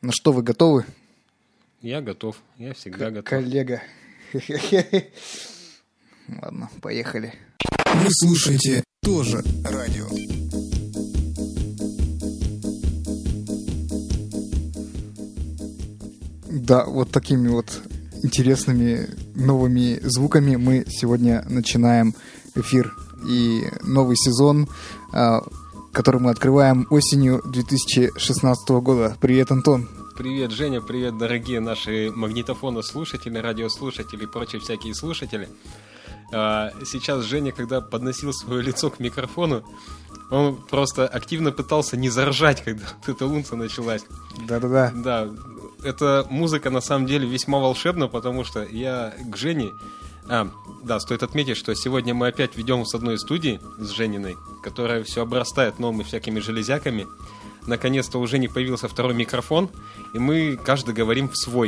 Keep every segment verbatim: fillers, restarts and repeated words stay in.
Ну что, вы готовы? Я готов, я всегда К- готов. Коллега. Ладно, поехали. Вы слушаете тоже радио. Да, вот такими вот интересными новыми звуками мы сегодня начинаем эфир. И новый сезон, который мы открываем осенью две тысячи шестнадцатого года. Привет, Антон. Привет, Женя, привет, дорогие наши магнитофоны-слушатели, радиослушатели и прочие всякие слушатели. Сейчас Женя, когда подносил свое лицо к микрофону, он просто активно пытался не заржать, когда вот эта лунца началась. Да-да-да. Да, эта музыка на самом деле весьма волшебна, потому что я к Жене... А, да, стоит отметить, что сегодня мы опять ведем с одной студии, с Жениной, которая все обрастает новыми всякими железяками. Наконец-то у Жени появился второй микрофон, и мы каждый говорим в свой.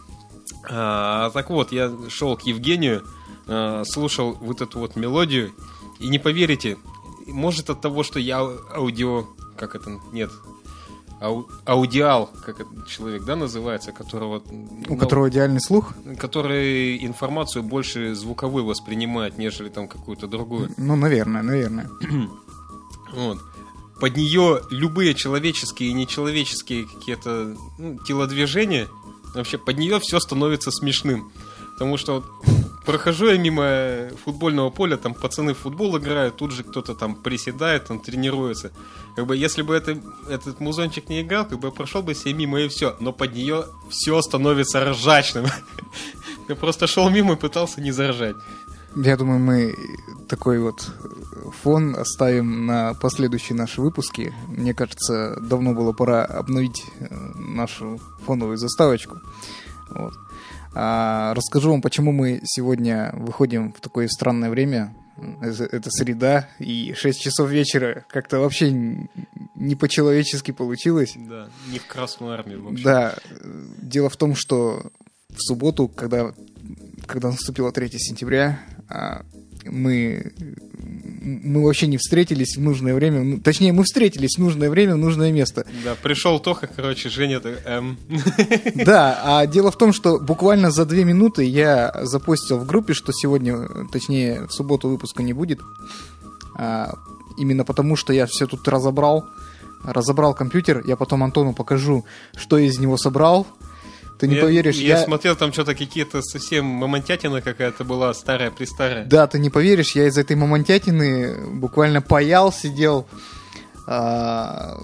А, так вот, я шел к Евгению, а, слушал вот эту вот мелодию, и не поверите, может от того, что я аудио... Как это? Нет... Ау, аудиал, как этот человек, да, называется, которого... У ну, которого идеальный слух? Который информацию больше звуковой воспринимает, нежели там какую-то другую. Ну, наверное, наверное. Вот. Под нее любые человеческие и нечеловеческие какие-то ну, телодвижения, вообще под нее все становится смешным. Потому что вот, прохожу я мимо футбольного поля, там пацаны в футбол играют, тут же кто-то там приседает, там тренируется. Как бы если бы это, этот музончик не играл, как бы я прошел бы себе мимо и все. Но под нее все становится ржачным. Я просто шел мимо и пытался не заржать. Я думаю, мы такой вот фон оставим на последующие наши выпуски. Мне кажется, давно было пора обновить нашу фоновую заставочку. Вот. А, расскажу вам, почему мы сегодня выходим в такое странное время. Это среда и шесть часов вечера. Как-то вообще не по-человечески получилось. Да, не в Красную Армию вообще. Да, дело в том, что в субботу, когда, когда наступило третьего сентября, мы, мы вообще не встретились в нужное время. Ну, точнее, мы встретились в нужное время, в нужное место. Да, пришел Тоха, короче, Женя... Эм. Да, а дело в том, что буквально за две минуты я запостил в группе, что сегодня, точнее, в субботу выпуска не будет. А, именно потому, что я все тут разобрал. Разобрал компьютер, я потом Антону покажу, что я из него собрал. Ты не я, поверишь, я... Я смотрел, там что-то какие-то совсем мамонтятина какая-то была, старая-престарая. Да, ты не поверишь, я из этой мамонтятины буквально паял, сидел. А...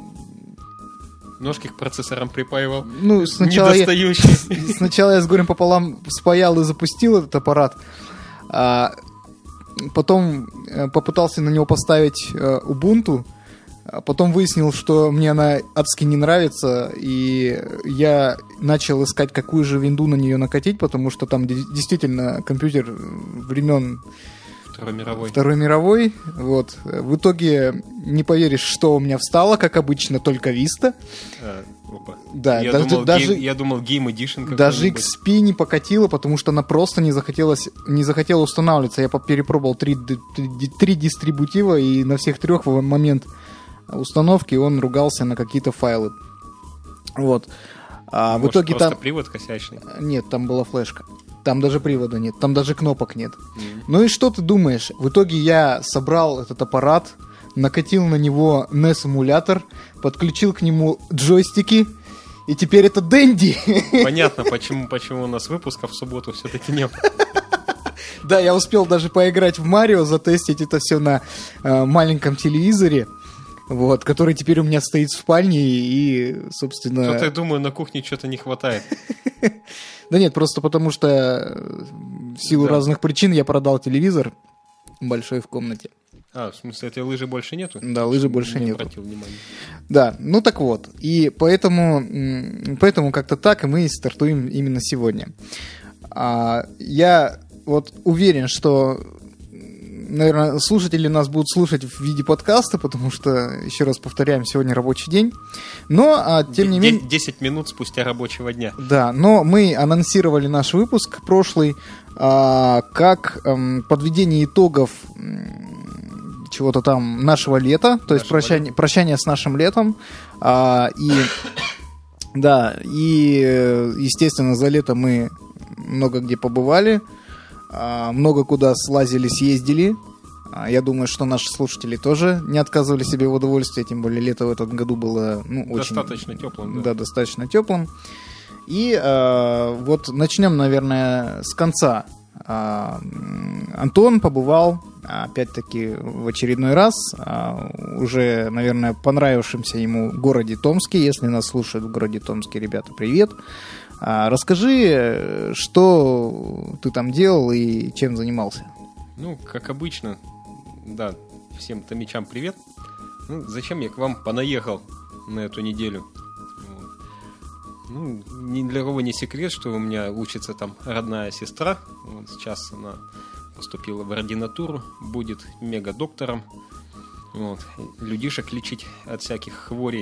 Ножки к процессорам припаивал. Ну, сначала я, сначала я с горем пополам спаял и запустил этот аппарат. А потом попытался на него поставить Ubuntu. А потом выяснил, что мне она адски не нравится, и я начал искать, какую же винду на нее накатить, потому что там действительно компьютер времен Второй мировой. Второй мировой. Вот. В итоге, не поверишь, что у меня встало, как обычно, только Vista. А, опа. Да, я, даже, думал, даже, гейм, я думал, Game Edition даже икс пи не покатила, потому что она просто не захотелось, не захотела устанавливаться. Я перепробовал три, три, три дистрибутива, и на всех трех в момент установки он ругался на какие-то файлы. Вот. А Может, в итоге просто там... привод косячный? Нет, там была флешка. Там даже привода нет, там даже кнопок нет. Mm-hmm. Ну и что ты думаешь? В итоге я собрал этот аппарат, накатил на него эн и эс-эмулятор, подключил к нему джойстики, и теперь это Дэнди. Понятно, почему, почему у нас выпуска в субботу все-таки нет. Да, я успел даже поиграть в Марио, затестить это все на э, маленьком телевизоре. Вот, который теперь у меня стоит в спальне и, собственно... Что-то, я думаю, на кухне что-то не хватает. Да нет, просто потому что в силу да. разных причин я продал телевизор большой в комнате. А, в смысле, этой лыжи больше нету? Да, лыжи больше не нету. Не обратил внимания. Да, ну так вот. И поэтому, поэтому как-то так и мы стартуем именно сегодня. А, я вот уверен, что... Наверное, слушатели нас будут слушать в виде подкаста, потому что, еще раз повторяем, сегодня рабочий день. Но, а, тем не менее... десять минут спустя рабочего дня. Да, но мы анонсировали наш выпуск прошлый а, как а, подведение итогов м, чего-то там нашего лета, то есть прощание, прощание с нашим летом. А, и Да, и, э, естественно, за лето мы много где побывали, а, много куда слазили, съездили. А, Я думаю, что наши слушатели тоже не отказывали себе в удовольствии, тем более лето в этом году было ну, очень... Достаточно теплым, да. Да, достаточно теплым. И э, вот начнем, наверное, с конца. А, Антон побывал, опять-таки, в очередной раз, а, уже, наверное, понравившемся ему городе Томске. Если нас слушают в городе Томске, ребята, привет. А, расскажи, что ты там делал и чем занимался. Ну, как обычно, да, всем томичам привет. Ну, зачем я к вам понаехал на эту неделю? Вот. Ну, ни для кого не секрет, что у меня учится там родная сестра. Вот сейчас она поступила в ординатуру, будет мега-доктором. Вот. Людишек лечить от всяких хворей.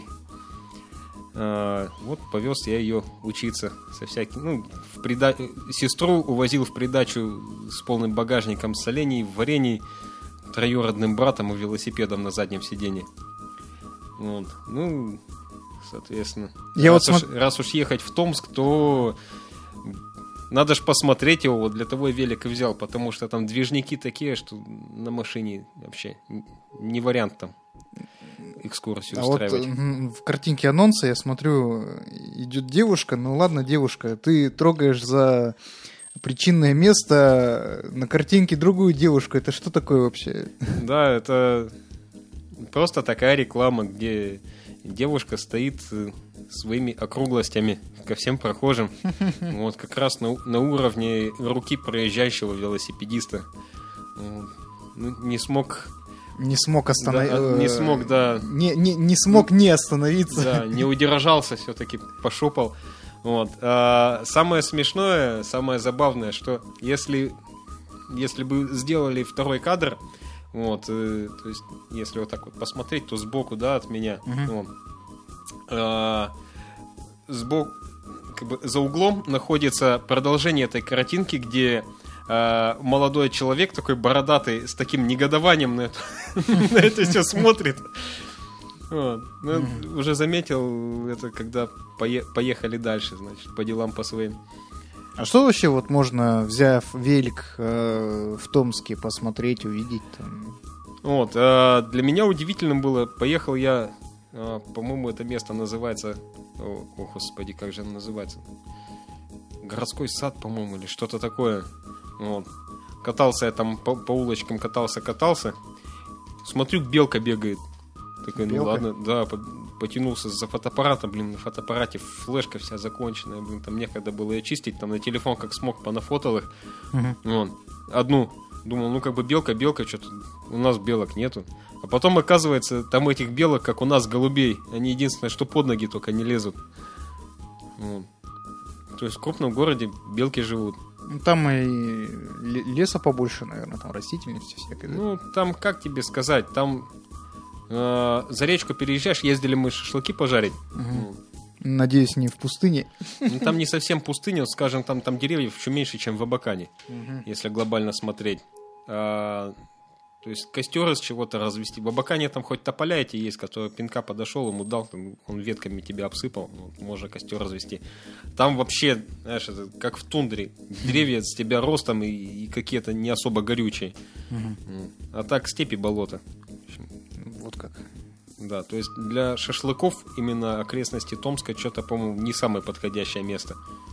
А, вот повез я ее учиться со всяким. Ну, в прида... Сестру увозил в придачу с полным багажником солений, варений, троюродным братом и велосипедом на заднем сиденье. Вот. Ну, соответственно, Я раз, вот уж, раз уж ехать в Томск, то надо ж посмотреть его. Вот для того я велик и взял, потому что там движники такие, что на машине вообще не вариант там экскурсию А устраивать. вот м, в картинке анонса я смотрю, идет девушка. Ну ладно, девушка, ты трогаешь за причинное место на картинке другую девушку. Это что такое вообще? Да, это просто такая реклама, где девушка стоит э, своими округлостями ко всем прохожим. Вот как раз на, на уровне руки проезжающего велосипедиста. Вот. Ну, не смог... Не смог остановиться. Да, не смог, да. Не, не, не смог не остановиться. Да, не удержался, все-таки пошопал. Вот. А самое смешное, самое забавное, что если, если бы сделали второй кадр, вот, э, то есть, если вот так вот посмотреть, то сбоку, да, от меня, Мгм. вот, а, сбоку, как бы за углом находится продолжение этой картинки, где а, молодой человек, такой бородатый, с таким негодованием на это, на это все смотрит. Вот. Ну, уже заметил это, когда пое- поехали дальше, значит, по делам по своим. А что вообще вот можно, взяв велик э, в Томске, посмотреть, увидеть там? Вот, а, для меня удивительным было, поехал я, а, по-моему, это место называется, о, о, господи, как же оно называется? Городской сад, по-моему, или что-то такое. Вот. Катался я там по, по улочкам, катался, катался. Смотрю, белка бегает. Такой, ну Белка? ладно, да, по- потянулся за фотоаппаратом, блин, на фотоаппарате флешка вся законченная, блин, там некогда было ее чистить, там на телефон как смог понафотал их. Мгм. Вон, одну. Думал, ну как бы белка, белка, что-то у нас белок нету. А потом оказывается, там этих белок, как у нас, голубей. Они единственное, что под ноги только не лезут. Вот. То есть в крупном городе белки живут. Ну, там и ле- леса побольше, наверное, там растительности всякой. да? Ну, там, как тебе сказать, там э, за речку переезжаешь, ездили мы шашлыки пожарить. Мгм. Надеюсь, не в пустыне. Ну, там не совсем пустыня, вот, скажем, там, там деревьев еще меньше, чем в Абакане, Мгм. если глобально смотреть. А, то есть костер из чего-то развести. В Абакане там хоть тополя эти есть, который пинка подошел, ему дал, там, он ветками тебя обсыпал, ну, можно костер развести. Там вообще, знаешь, это как в тундре. Деревья с тебя ростом и, и какие-то не особо горючие. Мгм. М. А так степи, болото. Вот как. Да, то есть для шашлыков именно окрестности Томска что-то, по-моему, не самое подходящее место.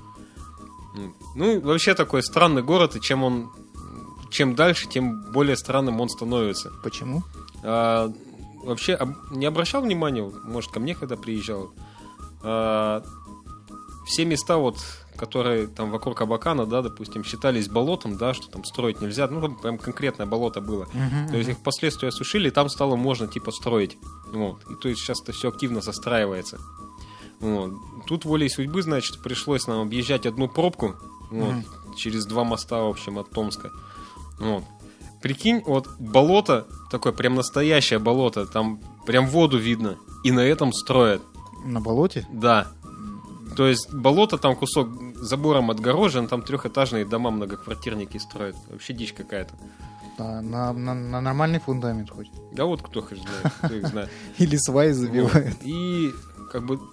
М. Ну, и вообще такой странный город, и чем он, чем дальше, тем более странным он становится. Почему? А, вообще, об- не обращал внимания, вот, может, ко мне когда приезжал, а, все места, вот, которые там вокруг Абакана, да, допустим, считались болотом, да, что там строить нельзя, ну, там прям конкретное болото было. Мгм, То есть их впоследствии осушили, и там стало можно, типа, строить. Вот. И то есть сейчас это все активно застраивается. Вот. Тут волей судьбы, значит, пришлось нам объезжать одну пробку, вот, Мгм. через два моста, в общем, от Томска. Вот. Прикинь, вот болото, такое прям настоящее болото, там прям воду видно, и на этом строят. На болоте? Да. То есть болото, там кусок забором отгорожен, там трехэтажные дома многоквартирники строят. Вообще дичь какая-то. А, на, на- на нормальный фундамент хоть. Да вот кто их знает, кто их знает. Или сваи забивают. Вот. И как бы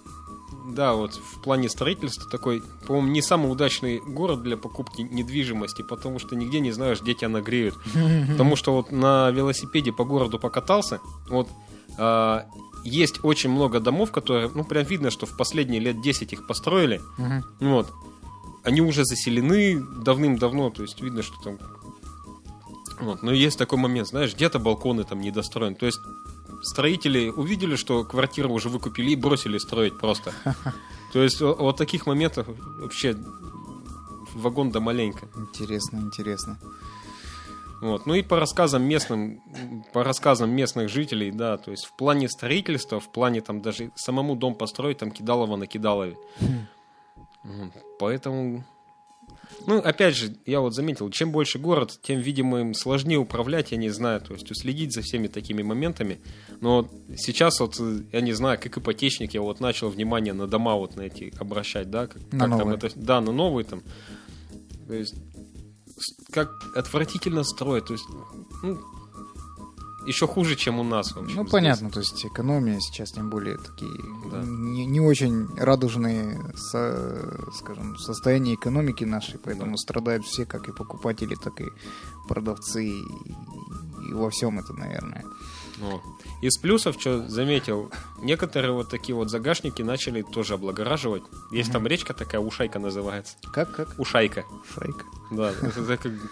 да, вот в плане строительства такой, по-моему, не самый удачный город для покупки недвижимости, потому что нигде не знаешь, где тебя нагреют. Потому что вот на велосипеде по городу покатался, вот а, есть очень много домов, которые, ну, прям видно, что в последние лет десять их построили. Uh-huh. Вот. Они уже заселены давным-давно, то есть видно, что там... Вот. Но есть такой момент, знаешь, где-то балконы там недостроены. То есть строители увидели, что квартиру уже выкупили и бросили строить просто. То есть вот таких моментов вообще вагон да маленько. Интересно, интересно. Вот. Ну и по рассказам местным, по рассказам местных жителей, да, то есть в плане строительства, в плане там даже самому дом построить, там кидалово на кидалове. Вот. Поэтому, ну, опять же, я вот заметил, чем больше город, тем, видимо, им сложнее управлять, я не знаю, то есть уследить за всеми такими моментами. Но сейчас вот, я не знаю, как ипотечник, я вот начал внимание на дома вот на эти обращать, да, как, на как новые. там это, да, на новые там, то есть как отвратительно строят, то есть, ну, еще хуже, чем у нас, в общем. Ну, здесь. понятно, то есть экономия сейчас, тем более, такие Да. не, не очень радужные, со, скажем, состояния экономики нашей, поэтому Да. страдают все, как и покупатели, так и продавцы, и, и во всем это, наверное. Вот. Из плюсов, что заметил, некоторые вот такие вот загашники начали тоже облагораживать. Есть Мгм. там речка такая, Ушайка называется. Как, как? Ушайка. Шайка. Да, это так, как-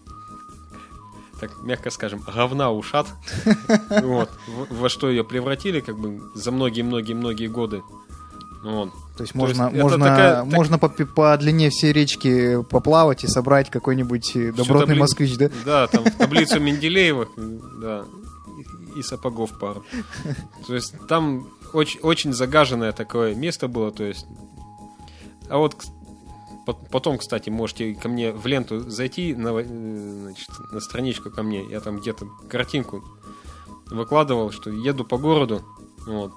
так мягко скажем, говна ушат. Вот. В- Во что ее превратили, как бы, за многие-многие-многие годы. Вот. То есть То можно, есть это можно, такая- так- можно по, по длине всей речки поплавать и собрать какой-нибудь добротный табли- москвич, да? Да, там в таблицу Менделеева, да, и, и сапогов пару. То есть там очень, очень загаженное такое место было, то есть. А вот кс- по- потом, кстати, можете ко мне в ленту зайти на, во- э, значит, на страничку ко мне, я там где-то картинку выкладывал, что еду по городу, вот.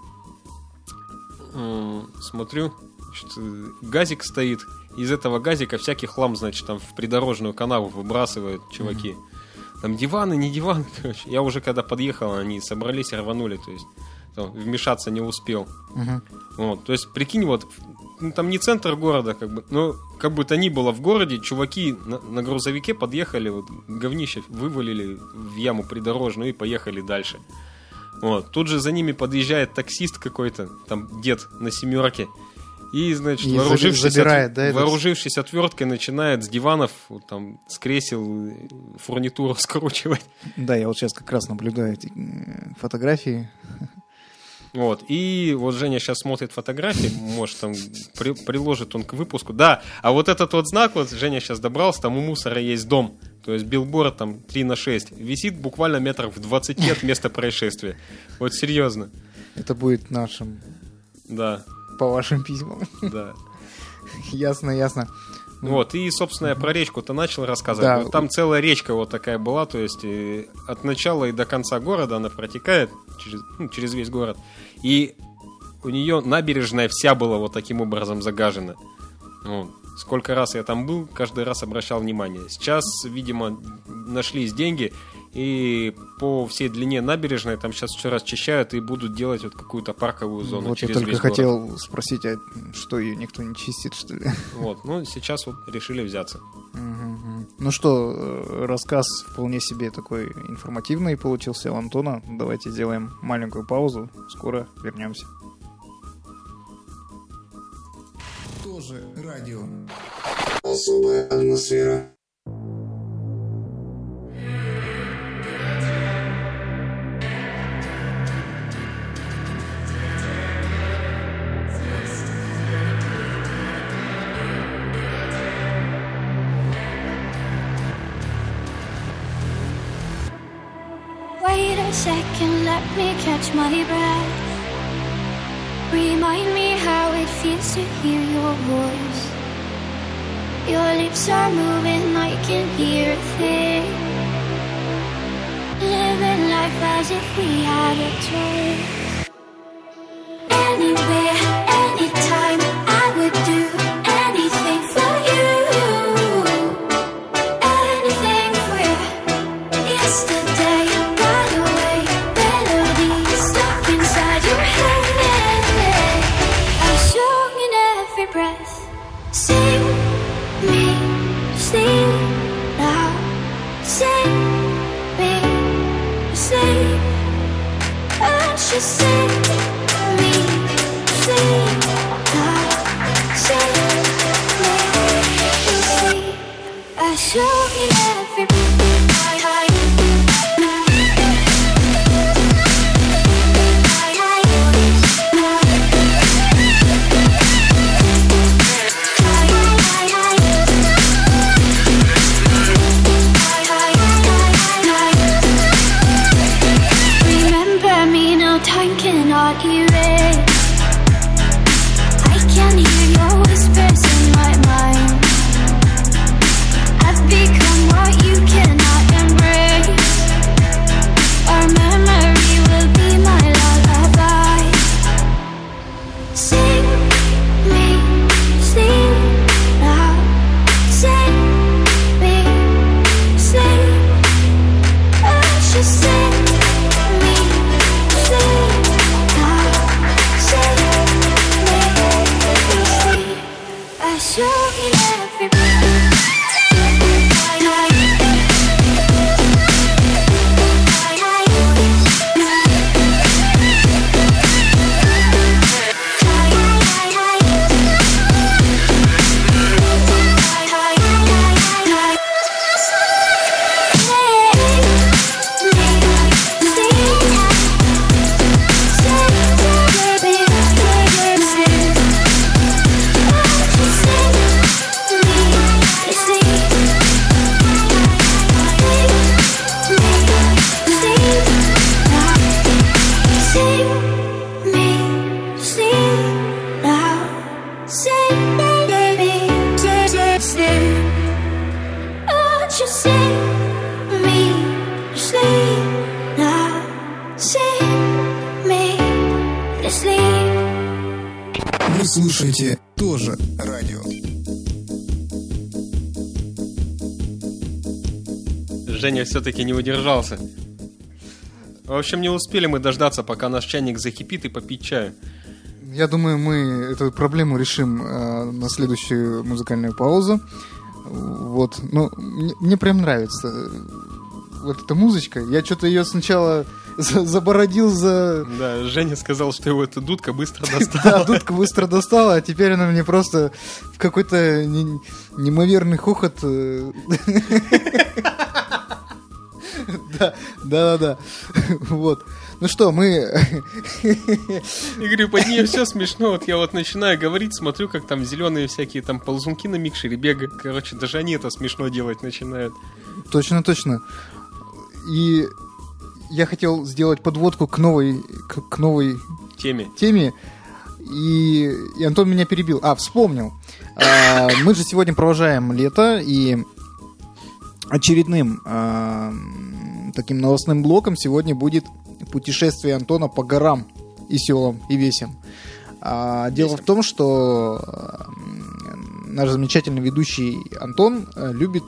М, смотрю, значит, э, газик стоит, из этого газика всякий хлам, значит, там в придорожную канаву выбрасывают чуваки. Там диваны, не диваны, короче. Я уже когда подъехал, они собрались и рванули, то есть там, вмешаться не успел. Мгм. Вот, то есть, прикинь, вот, ну, там не центр города, как бы, но как бы то ни было в городе, чуваки на, на грузовике подъехали, вот, говнище вывалили в яму придорожную и поехали дальше. Вот, тут же за ними подъезжает таксист какой-то, там дед на семерке, и, значит, И вооружившись, забирает, от- да, этот- вооружившись отверткой, начинает с диванов, вот, там, с кресел э, фурнитуру скручивать. Да, я вот сейчас как раз наблюдаю эти э, фотографии. Вот, и вот Женя сейчас смотрит фотографии, может, там при- приложит он к выпуску. Да, а вот этот вот знак, вот Женя сейчас добрался, там у мусора есть дом, то есть билборд там три на шесть, висит буквально метров в двадцати от места происшествия. Вот серьезно. Это будет нашим, Да, по вашим письмам. да. Ясно, ясно. Вот, и, собственно, я про речку-то начал рассказывать. Да. Вот там целая речка вот такая была, то есть э, от начала и до конца города она протекает через, ну, через весь город. И у нее набережная вся была вот таким образом загажена. Вот. Сколько раз я там был, каждый раз обращал внимание. Сейчас, видимо, нашлись деньги, и по всей длине набережной там сейчас все расчищают и будут делать вот какую-то парковую зону Вот я через только весь хотел город. спросить, а что ее никто не чистит, что ли? Вот, ну, сейчас вот решили взяться. Мгм. Ну что, э, рассказ вполне себе такой информативный получился у Антона. Давайте сделаем маленькую паузу. Скоро вернемся. Тоже радио. Особая атмосфера. Wait a second, let me catch my breath. Remind me how it feels to hear your voice. Your lips are moving, I can hear a thing. Living life as if we had a choice. Anywhere, anytime, I would do anything for you. Anything for you. Yesterday got away, melody stuck inside your head. I show breath. Sing me sleep now. Sing me sleep. And she sing me sleep now. Sing me sleep. I show you every Вы слушаете тоже радио. Женя все-таки не удержался. В общем, не успели мы дождаться, пока наш чайник закипит, и попить чаю. Я думаю, мы эту проблему решим э, на следующую музыкальную паузу. Вот, ну, мне, мне прям нравится вот эта музычка. Я что-то ее сначала за- забородил за... Да, Женя сказал, что его эта дудка быстро достала. Да, дудка быстро достала, а теперь она мне просто в какой-то не- неимоверный хохот... э, Да, да, да, да. Вот. Ну что, мы... И говорю, под нее все смешно. Вот я вот начинаю говорить, смотрю, как там зеленые всякие там ползунки на микшере бегают. Короче, даже они это смешно делать начинают. Точно, точно. И я хотел сделать подводку к новой, к, к новой Теме. теме. И, и Антон меня перебил. А, вспомнил. А, мы же сегодня провожаем лето, и очередным а, таким новостным блоком сегодня будет путешествие Антона по горам и селам, и весям. А, дело Весям. в том, что а, наш замечательный ведущий Антон а, любит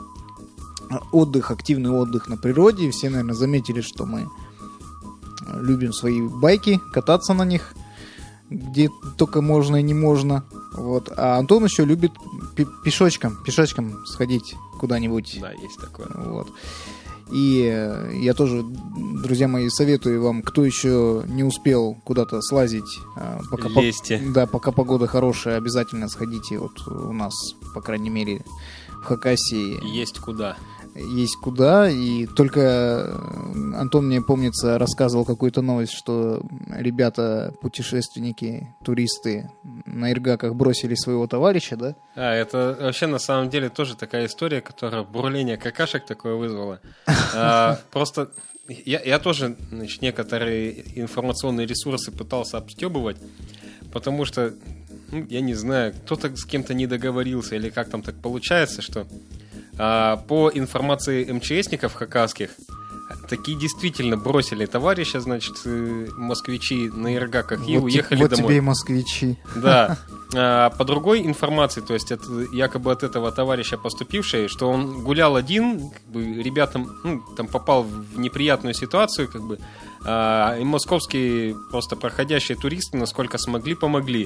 отдых, активный отдых на природе. Все, наверное, заметили, что мы любим свои байки, кататься на них, где только можно и не можно. Вот. А Антон еще любит пи- пешочком, пешочком сходить куда-нибудь. Да, есть такое. Вот. И э, я тоже, друзья мои, советую вам, кто еще не успел куда-то слазить, э, пока, по- Лезьте. да, пока погода хорошая, обязательно сходите. Вот у нас, по крайней мере, в Хакасии Есть куда. есть куда. И только э, Антон мне, помнится, рассказывал какую-то новость, что ребята, путешественники, туристы на Иргаках бросили своего товарища, да? А, это вообще на самом деле тоже такая история, которая бурление какашек такое вызвала. А, просто я, я тоже, значит, некоторые информационные ресурсы пытался обстебывать, потому что, ну, я не знаю, кто-то с кем-то не договорился, или как там так получается, что а, по информации МЧСников хакасских, такие действительно бросили товарища, значит, э, москвичи на Иргаках и вот уехали те- вот домой. тебе и москвичи. Да. А, по другой информации, то есть это якобы от этого товарища поступившей, что он гулял один, как бы ребятам, ну, там попал в неприятную ситуацию, как бы, а, и московские просто проходящие туристы, насколько смогли, помогли.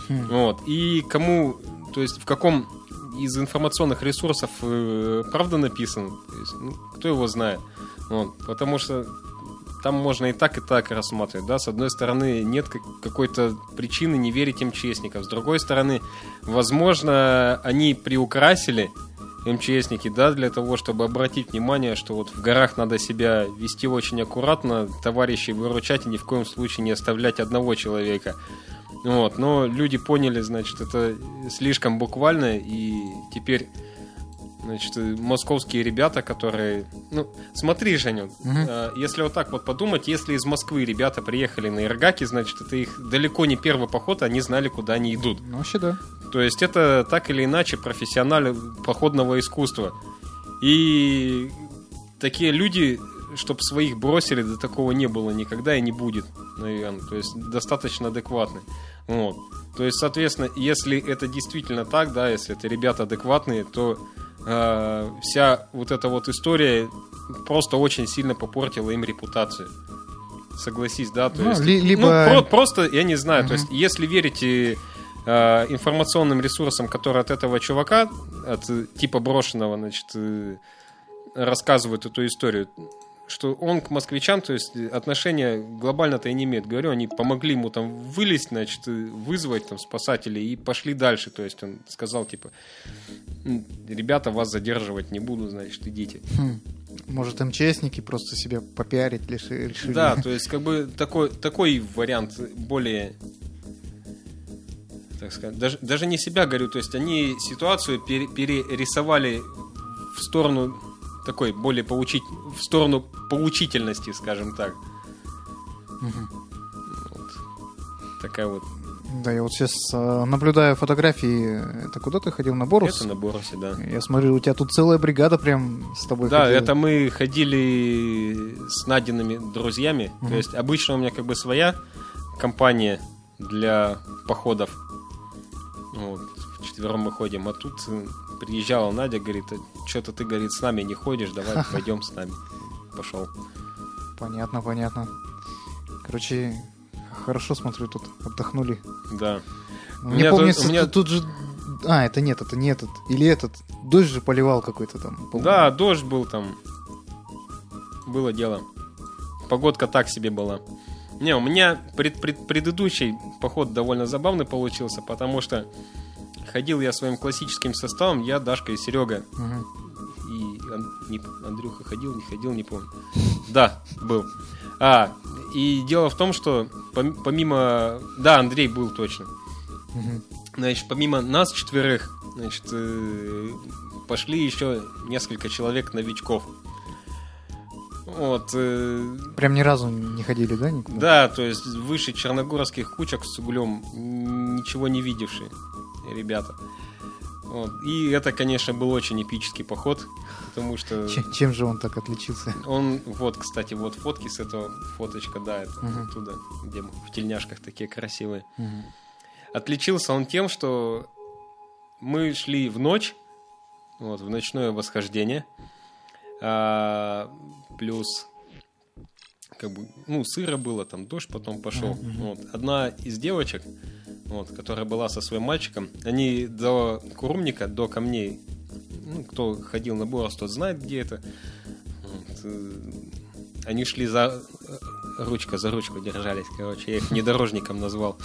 Хм. Вот. И кому, то есть в каком из информационных ресурсов э, правда написано, то есть, ну, кто его знает. Вот. Потому что там можно и так, и так рассматривать. Да? С одной стороны, нет какой-то причины не верить МЧСникам. С другой стороны, возможно, они приукрасили МЧСники, да, для того, чтобы обратить внимание, что вот в горах надо себя вести очень аккуратно, товарищей выручать и ни в коем случае не оставлять одного человека. Вот. Но люди поняли, значит, это слишком буквально, и теперь, значит, московские ребята, которые... Ну, смотри, Женя, Угу. э, если вот так вот подумать, если из Москвы ребята приехали на Иргаки, значит, это их далеко не первый поход, они знали, куда они идут. Ну, вообще, да. То есть это так или иначе профессионалы походного искусства. И такие люди, чтобы своих бросили, до такого не было никогда и не будет, наверное. То есть достаточно адекватны. Вот. То есть, соответственно, если это действительно так, да, если это ребята адекватные, то э, вся вот эта вот история просто очень сильно попортила им репутацию. Согласись, да? То Ну, есть, ли- либо- ну, про- просто, я не знаю, Мгм. то есть, если верите э, информационным ресурсам, которые от этого чувака, от э, типа брошенного, значит, э, рассказывают эту историю, что он к москвичам, то есть отношения глобально-то и не имеет. Говорю, они помогли ему там вылезть, значит, вызвать там спасателей и пошли дальше. То есть он сказал, типа, ребята, вас задерживать не буду, значит, идите. Хм. Может, МЧСники просто себя попиарить лиши- решили? Да, то есть как бы такой, такой вариант более, так сказать, даже, даже не себя говорю, то есть они ситуацию пере- перерисовали в сторону такой более поучить, в сторону поучительности, скажем так. Мгм. Вот. Такая вот. Да, я вот сейчас а, наблюдаю фотографии. Это куда ты ходил? На Борус? Это на Борусе, да. Я смотрю, у тебя тут целая бригада прям с тобой Да, ходила. это мы ходили с Надиными друзьями. Мгм. То есть обычно у меня как бы своя компания для походов. Вот, вчетвером мы ходим. А тут э, приезжала Надя, говорит, что-то ты, говорит, с нами не ходишь, давай пойдем с нами. Пошел. Понятно, понятно. Короче, хорошо смотрю, тут отдохнули. Да. У Мне меня помнится, тут- у меня- тут, тут же... А, это нет, это не этот. Или этот. Дождь же поливал какой-то там. по-моему. Да, дождь был там. Было дело. Погодка так себе была. Не, у меня пред- пред- предыдущий поход довольно забавный получился, потому что ходил я своим классическим составом, я, Дашка и Серега. Мгм. И Ан- не- Андрюха ходил, не ходил, не помню. Да, был. А, и дело в том, что пом- помимо... Да, Андрей был точно. Мгм. Значит, помимо нас четверых, значит, э, пошли еще несколько человек-новичков. Вот. э, Прям ни разу не ходили, да, никуда? Да, то есть выше черногорских кучек с углем ничего не видевшие ребята. Вот. И это, конечно, был очень эпический поход, потому что Чем, чем же он так отличился? он, вот, кстати, вот фотки с этого, фоточка, да, это Мгм. оттуда, где мы в тельняшках такие красивые. Мгм. Отличился он тем, что мы шли в ночь, вот, в ночное восхождение, а, плюс как бы, ну, сыро было, там дождь потом пошел. Мгм. Вот. Одна из девочек, вот, которая была со своим мальчиком, они до Курумника, до камней, ну, кто ходил на Борос, тот знает, где это. Вот, э, они шли за... Ручка за ручку держались, короче, я их внедорожником назвал.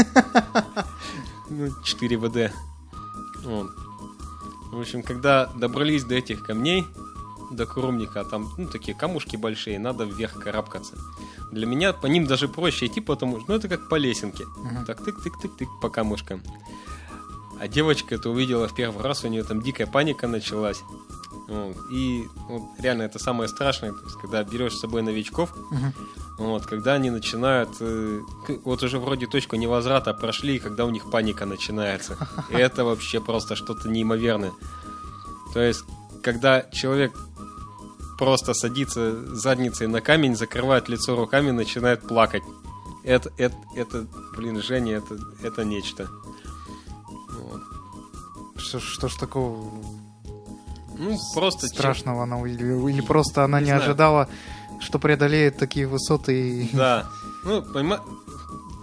Ну, четыре вэ дэ. Вот. В общем, когда добрались до этих камней, до Курумника, там, ну, такие камушки большие, надо вверх карабкаться. Для меня по ним даже проще идти, потому что, ну, это как по лесенке. Мгм. Так, тык-тык-тык-тык по камушкам. А девочка это увидела в первый раз, у нее там дикая паника началась. Вот. И вот, реально это самое страшное, то есть, когда берешь с собой новичков, Мгм. вот, когда они начинают, э, к- вот уже вроде точку невозврата прошли, и когда у них паника начинается. И это вообще просто что-то неимоверное. То есть, когда человек просто садится задницей на камень, закрывает лицо руками, начинает плакать. Это, это, это блин, Женя, это, это нечто. Вот. Что, ж- что ж такого Ну, просто... че- страшного она или, или просто она Не не, знаю. ожидала, что преодолеет такие высоты? И... Да. Ну, понимаешь,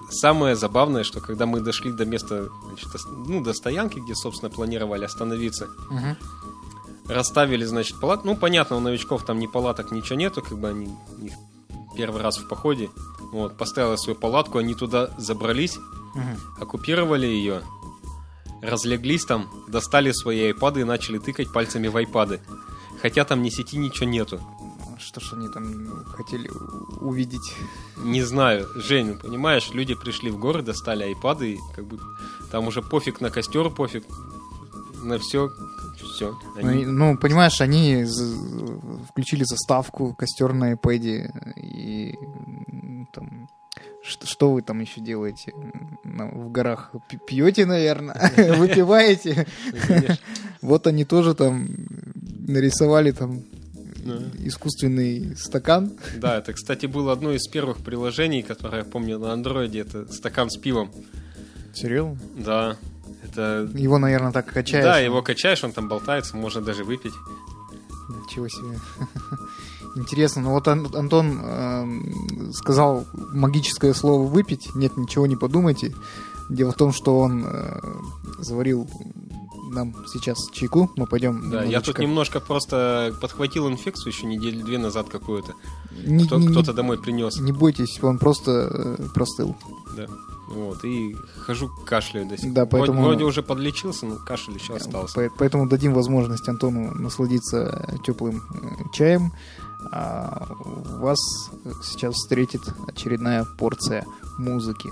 самое забавное, что когда мы дошли до места, значит, ну, до стоянки, где, собственно, планировали остановиться, Угу. расставили, значит, палат. Ну, понятно, у новичков там ни палаток, ничего нету, как бы они их первый раз в походе. Вот, поставила свою палатку, они туда забрались, Угу. оккупировали ее, разлеглись там, достали свои айпады и начали тыкать пальцами в айпады. Хотя там ни сети, ничего нету. Что ж они там хотели увидеть? Не знаю, Жень, ну, понимаешь, люди пришли в горы, достали айпады, и как бы там уже пофиг на костер, пофиг на все, все. Ну, и- Ну, понимаешь, они з- включили заставку костер на iPad и м, там... Что, что вы там еще делаете? Ну, в горах П- пьете, наверное, выпиваете. Вот они тоже там нарисовали там искусственный стакан. Да, это, кстати, было одно из первых приложений, которое я помню на андроиде, это стакан с пивом. Серьезно? Да, это... Его, наверное, так качаешь. Да, его качаешь, он там болтается, можно даже выпить. Ничего себе. Интересно. Ну вот Ан- Антон эм, сказал магическое слово «выпить». Нет, ничего не подумайте. Дело в том, что он э, заварил нам сейчас чайку. Мы пойдем Да, я тут немножечко- немножко просто подхватил инфекцию еще недели две назад какую-то. Не- Кто, не- кто-то домой принес. Не бойтесь, он просто э, простыл. Да. Вот, и хожу кашляю до сих пор. Да, Вроде- поэтому- Вроде уже подлечился, но кашель еще остался. По- Поэтому дадим возможность Антону насладиться теплым э, чаем. А вас сейчас встретит очередная порция музыки.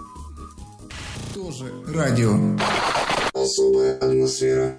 Тоже радио. Особая атмосфера.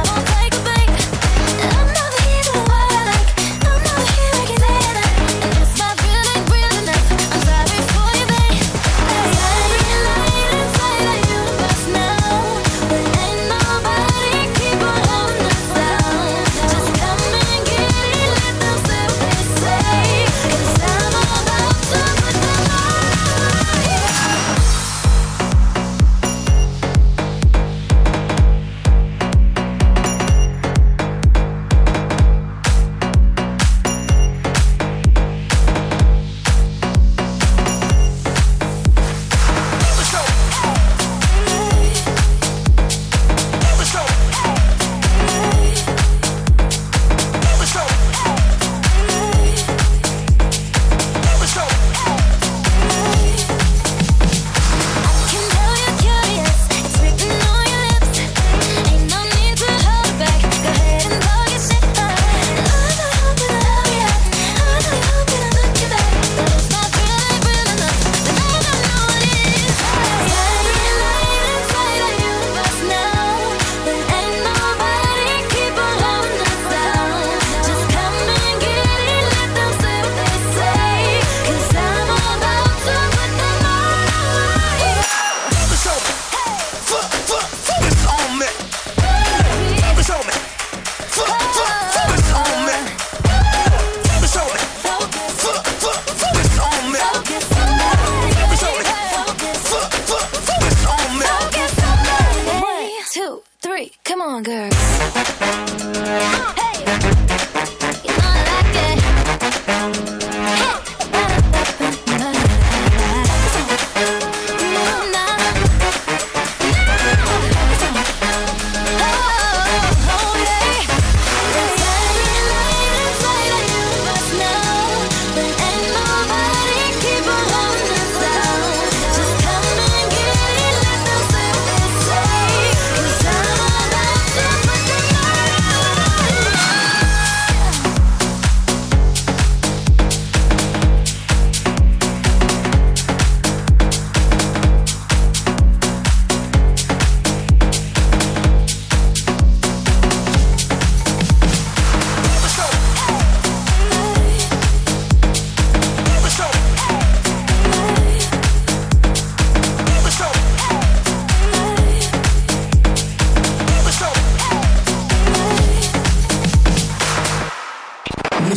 I'm not the hero I like, I'm not the hero I can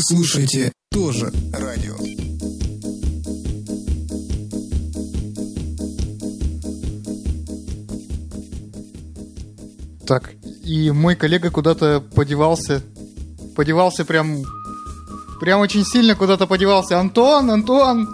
слушайте тоже радио. Так, и мой коллега куда-то подевался. Подевался прям... Прям очень сильно куда-то подевался. Антон, Антон!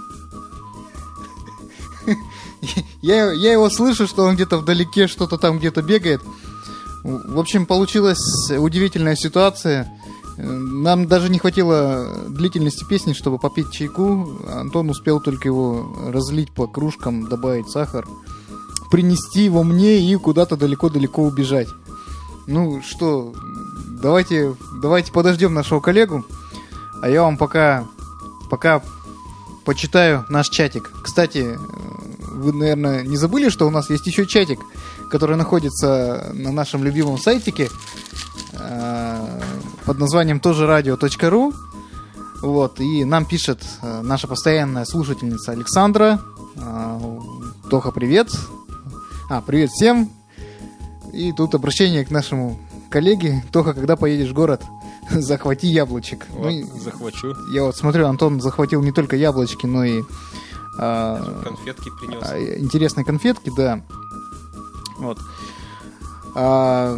Я, я его слышу, что он где-то вдалеке, что-то там где-то бегает. В общем, получилась удивительная ситуация. Нам даже не хватило длительности песни, чтобы попить чайку. Антон успел только его разлить по кружкам, добавить сахар, принести его мне и куда-то далеко-далеко убежать. Ну что, давайте, давайте подождем нашего коллегу, а я вам пока, пока почитаю наш чатик. Кстати, вы, наверное, не забыли, что у нас есть еще чатик, который находится на нашем любимом сайтике э, под названием тоже радио точка ру. Вот, и нам пишет э, наша постоянная слушательница Александра. Э, Тоха, привет. А, привет всем. И тут обращение к нашему коллеге. Тоха, когда поедешь в город, захвати яблочек. Вот, ну, захвачу. Я вот смотрю, Антон захватил не только яблочки, но и а, конфетки принес. А, интересные конфетки, да. Вот. А,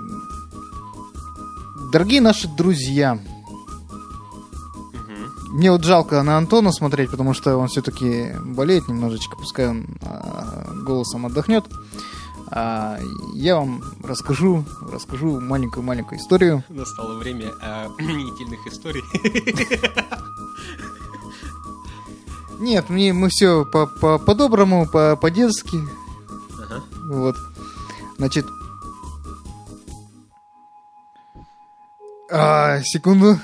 дорогие наши друзья, угу. Мне вот жалко на Антона смотреть, потому что он все-таки болеет немножечко, пускай он а, голосом отдохнет. А, я вам расскажу, расскажу маленькую-маленькую историю. Настало время омерзительных историй. Нет, мне мы все по, по, по-доброму, по, по-детски. Ага. Вот. Значит. А, секунду.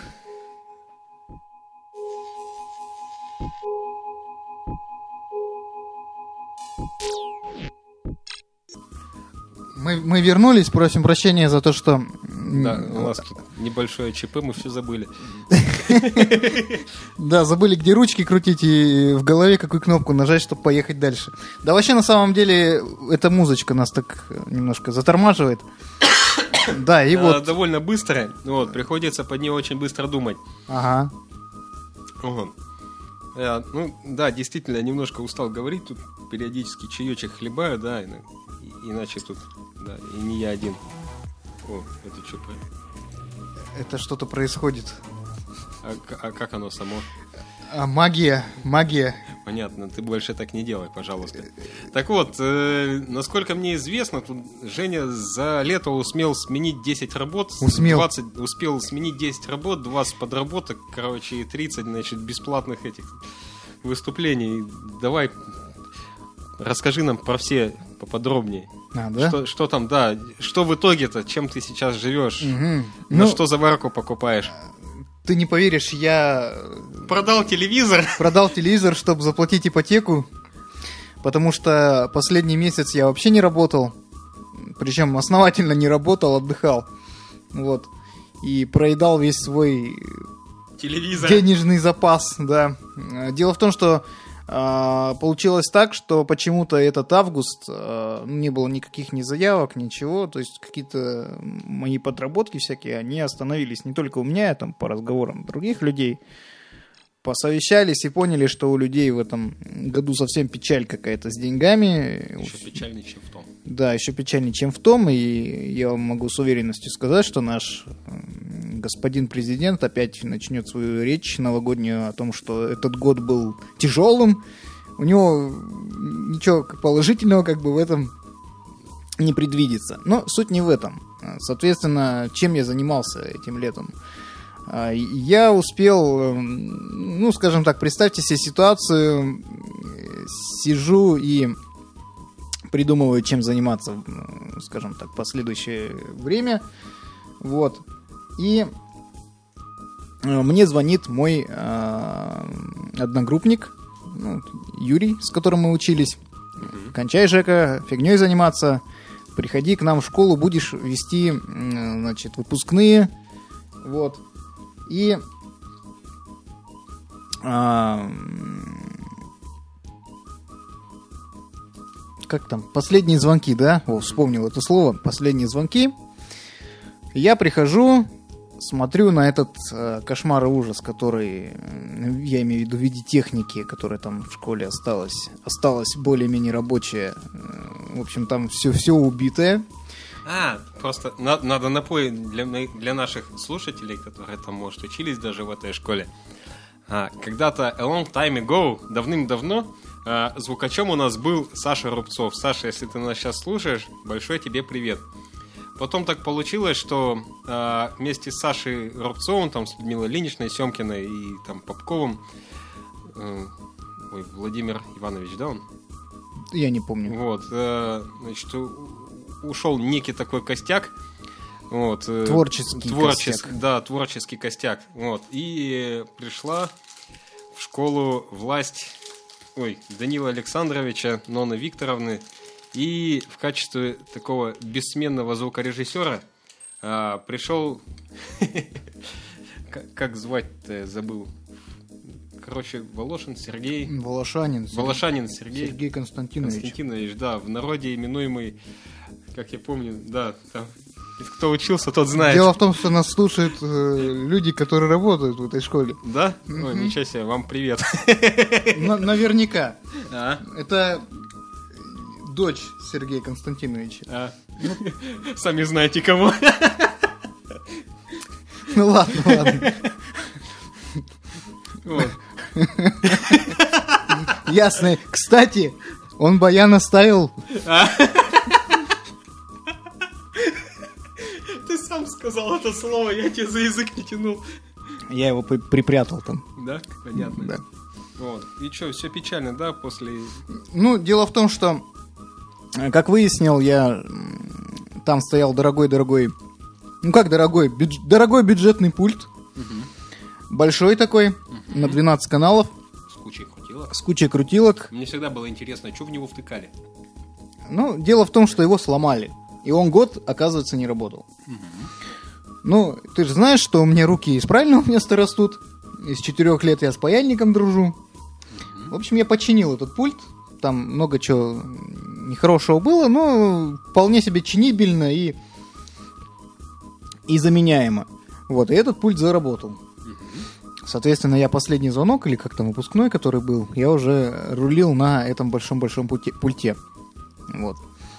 Мы, мы вернулись, просим прощения за то, что... Да, у нас тут небольшое ЧП, мы все забыли. Да, забыли, где ручки крутить и в голове какую кнопку нажать, чтобы поехать дальше. Да вообще, на самом деле, эта музычка нас так немножко затормаживает. Да, и вот... Довольно быстро, вот, приходится под нее очень быстро думать. Ага. Вот. Я, ну, да, действительно, я немножко устал говорить, тут периодически чаечек хлебаю, да, иначе тут, да, и не я один. О, это что? Это что-то происходит. А, а как оно само? А, магия, магия. Понятно, ты больше так не делай, пожалуйста. Так вот, э, насколько мне известно, тут Женя за лето успел сменить десять работ. Успел. двадцать, успел сменить десять работ, двадцать подработок, короче, и тридцать, значит, бесплатных этих выступлений. Давай, расскажи нам про все поподробнее. А, да? Что, что там, да, что в итоге-то, чем ты сейчас живешь, угу. на Ну, что заварку покупаешь? Ты не поверишь, я... Продал телевизор. Продал телевизор, чтобы заплатить ипотеку, потому что последний месяц я вообще не работал, причем основательно не работал, отдыхал, вот, и проедал весь свой телевизор. Денежный запас, да. Дело в том, что э, получилось так, что почему-то этот август э, не было никаких ни заявок, ничего, то есть какие-то мои подработки всякие, они остановились не только у меня, там по разговорам других людей, посовещались и поняли, что у людей в этом году совсем печаль какая-то с деньгами. Еще печальнее, чем в том. Да, еще печальнее, чем в том, и я могу с уверенностью сказать, что наш господин президент опять начнет свою речь новогоднюю о том, что этот год был тяжелым. У него ничего положительного как бы в этом не предвидится. Но суть не в этом. Соответственно, чем я занимался этим летом? Я успел, ну, скажем так, представьте себе ситуацию, сижу и придумываю, чем заниматься, скажем так, в последующее время, вот, и мне звонит мой э, одногруппник, ну, Юрий, с которым мы учились, mm-hmm. кончай, Жека, фигней заниматься, приходи к нам в школу, будешь вести, значит, выпускные, вот. И а, как там? Последние звонки, да? О, вспомнил это слово. Последние звонки. Я прихожу, смотрю на этот э, кошмар и ужас, который, э, я имею в виду в виде техники, которая там в школе осталась, осталась более-менее рабочая. Э, в общем, там все, все убитое. А, просто на- надо напомнить для, для наших слушателей, которые там, может, учились даже в этой школе. А, когда-то, a long time ago, давным-давно, а, звукачом у нас был Саша Рубцов. Саша, если ты нас сейчас слушаешь, большой тебе привет. Потом так получилось, что а, вместе с Сашей Рубцовым, там, с Людмилой Ильиничной, Семкиной и там Попковым, э, ой, Владимир Иванович, да, он? Я не помню. Вот, э, значит, у- ушел некий такой костяк. Вот, э, Творческий творчес- костяк. Да, творческий костяк. Вот, и пришла в школу власть, ой, Данила Александровича, Ноны Викторовны. И в качестве такого бессменного звукорежиссера а, пришел... Как- Как звать-то, я забыл. Короче, Волошин Сергей... Волошанин. Волошанин Сергей... Сергей Константинович. Константинович, да, в народе именуемый, как я помню, да, там, кто учился, тот знает. Дело в том, что нас слушают э, люди, которые работают в этой школе. Да? Ой, ничего себе, вам привет. На- наверняка. А? Это дочь Сергея Константиновича. А? Сами знаете кого. Ну ладно, ладно. Вот. Ясно. Кстати, он баян оставил. Ты сам сказал это слово, я тебе за язык не тянул. Я его при- припрятал там. Да? Понятно. Да. Вот. И что, все печально, да, после... Ну, дело в том, что, э, как выяснил, я м, там стоял дорогой-дорогой, ну как дорогой, бюдж- дорогой бюджетный пульт, большой такой, на двенадцать каналов, С кучей крутилок. с кучей крутилок. Мне всегда было интересно, что в него втыкали. Ну, дело в том, что его сломали, и он год, оказывается, не работал. Ну, ты же знаешь, что у меня руки из правильного места растут, из четырех лет я с паяльником дружу. В общем, я починил этот пульт, там много чего нехорошего было, но вполне себе чинибельно и, и заменяемо. Вот, и этот пульт заработал. Соответственно, я последний звонок, или как там выпускной, который был, я уже рулил на этом большом-большом пульте. пульте. Вот.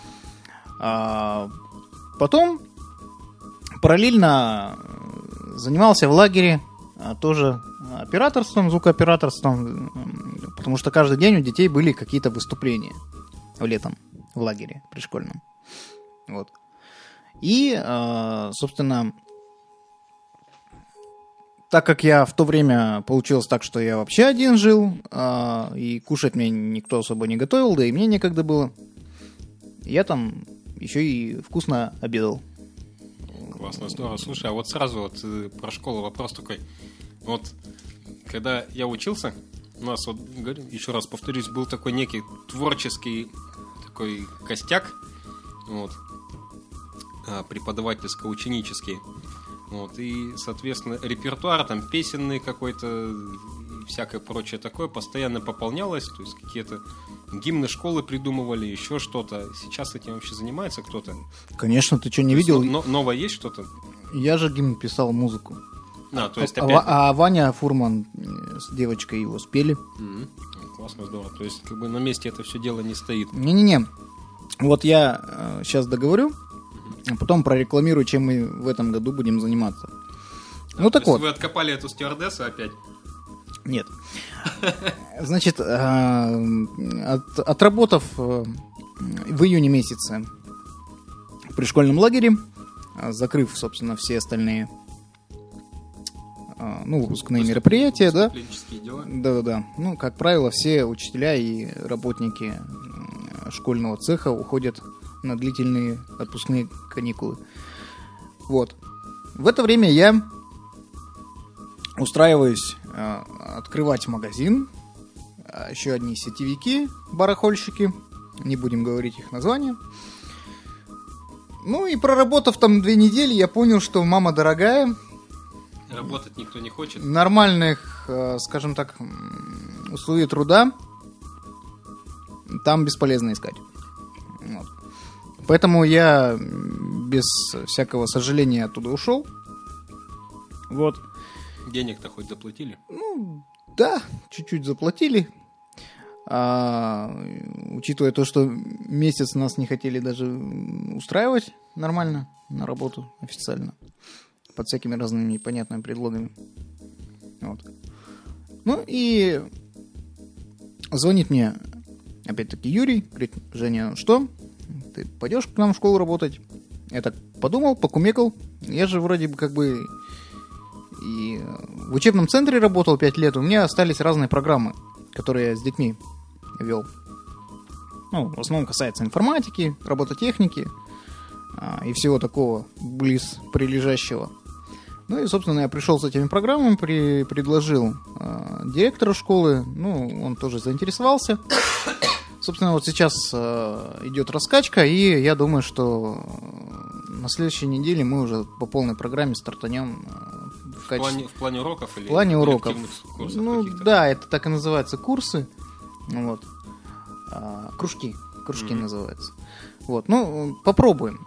А потом параллельно занимался в лагере а, тоже операторством, звукооператорством, м, потому что каждый день у детей были какие-то выступления в летом в лагере пришкольном. Вот. И, а, собственно, так как я в то время получилось так, что я вообще один жил, а, и кушать мне никто особо не готовил, да и мне некогда было, я там еще и вкусно обедал. Классно, здорово. Слушай, а вот сразу вот э, про школу вопрос такой. Вот, когда я учился, у нас, вот, говорю, еще раз повторюсь, был такой некий творческий такой костяк, вот, а, преподавательско-ученический. Вот, и, соответственно, репертуар там песенный какой-то и всякое прочее такое постоянно пополнялось, то есть какие-то гимны школы придумывали, еще что-то. Сейчас этим вообще занимается кто-то? Конечно, ты что, не То есть видел? но- новое есть что-то? Я же гимн писал, музыку. А, то есть А, опять... Ва- а Ваня Фурман э, с девочкой его спели. Мгм. Классно, здорово. То есть как бы на месте это все дело не стоит. Не-не-не. Вот я сейчас договорю, а потом прорекламирую, чем мы в этом году будем заниматься. Ну То так есть вот. вы откопали эту стюардессу опять? Нет. Значит, э, от- отработав э, в июне месяце в пришкольном лагере, э, закрыв, собственно, все остальные э, ну, выпускные мероприятия, да, Поступленческие дела. да-да-да. Ну, как правило, все учителя и работники м, школьного цеха уходят на длительные отпускные каникулы. Вот. В это время я устраиваюсь э, открывать магазин. А еще одни сетевики, барахольщики. Не будем говорить их название. Ну и проработав там две недели, я понял, что мама дорогая, Работать никто не хочет. нормальных, э, скажем так, м, условий труда там бесполезно искать. Вот. Поэтому я м, без всякого сожаления оттуда ушел. Вот. Денег-то хоть заплатили? Ну, да, чуть-чуть заплатили. А, учитывая то, что месяц нас не хотели даже устраивать нормально на работу официально. Под всякими разными непонятными предлогами. Вот. Ну и звонит мне опять-таки Юрий, говорит: Женя, что? Ты пойдешь к нам в школу работать? Я так подумал, покумекал. Я же вроде бы как бы и в учебном центре работал пять лет. У меня остались разные программы, которые я с детьми вел. Ну, в основном касается информатики, робототехники а, и всего такого близ прилежащего. Ну и, собственно, я пришел с этими программами, при, предложил э, директору школы, ну, он тоже заинтересовался. Собственно, вот сейчас э, идет раскачка, и я думаю, что на следующей неделе мы уже по полной программе стартанем э, в, в, качестве... плане, в плане уроков или в плане уроков. курсов ну, каких-то? Да, это так и называются курсы. Вот. А, кружки. Кружки mm-hmm. называются. Вот, ну, попробуем.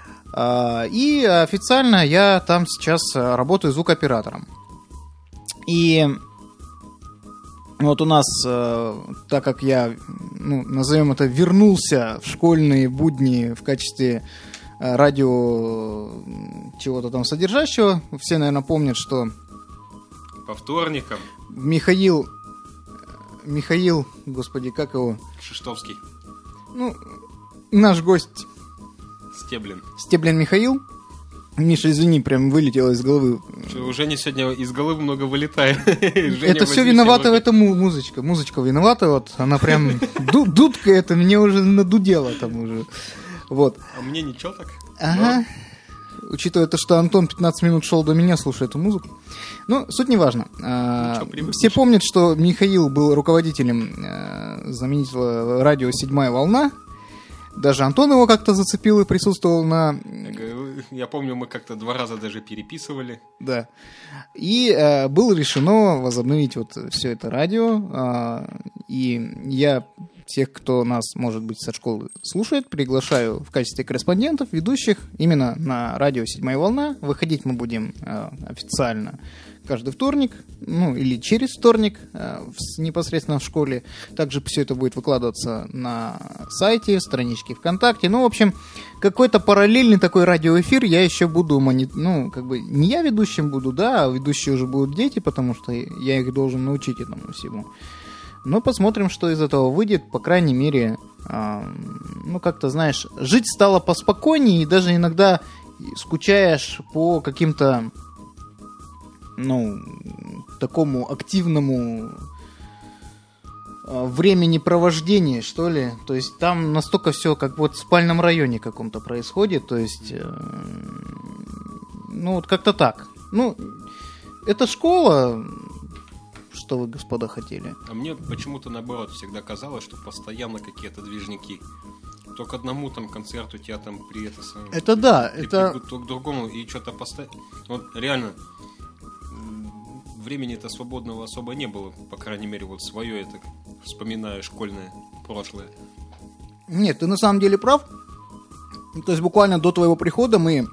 И официально я там сейчас работаю звукооператором. И вот у нас, так как я, ну, назовем это, вернулся в школьные будни в качестве радио чего-то там содержащего, все, наверное, помнят, что по вторникам Михаил, Михаил, господи, как его? Шиштовский. Ну, наш гость Стеблин. Стеблин Михаил. Миша, извини, прям вылетело из головы. Что, у Жени сегодня из головы много вылетает. Это все виновата эта музычка. Музычка виновата, вот. Она прям дудка это, мне уже надудела там уже. Вот. А мне ничего так? Ага. Учитывая то, что Антон пятнадцать минут шел до меня, слушая эту музыку. Ну, суть не важно. Все помнят, что Михаил был руководителем знаменитого радио «Седьмая волна». Даже Антон его как-то зацепил и присутствовал на... Я помню, мы как-то два раза даже переписывали. Да. И э, было решено возобновить вот все это радио. Э, и я всех, кто нас, может быть, со школы слушает, приглашаю в качестве корреспондентов, ведущих именно на радио «Седьмая волна». Выходить мы будем э, официально каждый вторник, ну или через вторник э, в, непосредственно в школе. Также все это будет выкладываться на сайте, страничке ВКонтакте. Ну, в общем, какой-то параллельный такой радиоэфир я еще буду, мони... ну, как бы не я ведущим буду, да, а ведущие уже будут дети, потому что я их должен научить этому всему. Но посмотрим, что из этого выйдет. По крайней мере, э, ну, как-то, знаешь, жить стало поспокойнее, и даже иногда скучаешь по каким-то, ну, такому активному э, времени провождения, что ли. То есть там настолько все как вот в спальном районе каком-то происходит. То есть, э, ну, вот как-то так. Ну, это школа. Что вы, господа, хотели? А мне почему-то, наоборот, всегда казалось, что постоянно какие-то движники. То к одному там концерту тебя там при это... Это да, это... То к другому, и что-то постоянно... Вот реально, времени-то свободного особо не было. По крайней мере, вот свое, это вспоминая школьное прошлое. Нет, ты на самом деле прав. То есть буквально до твоего прихода мы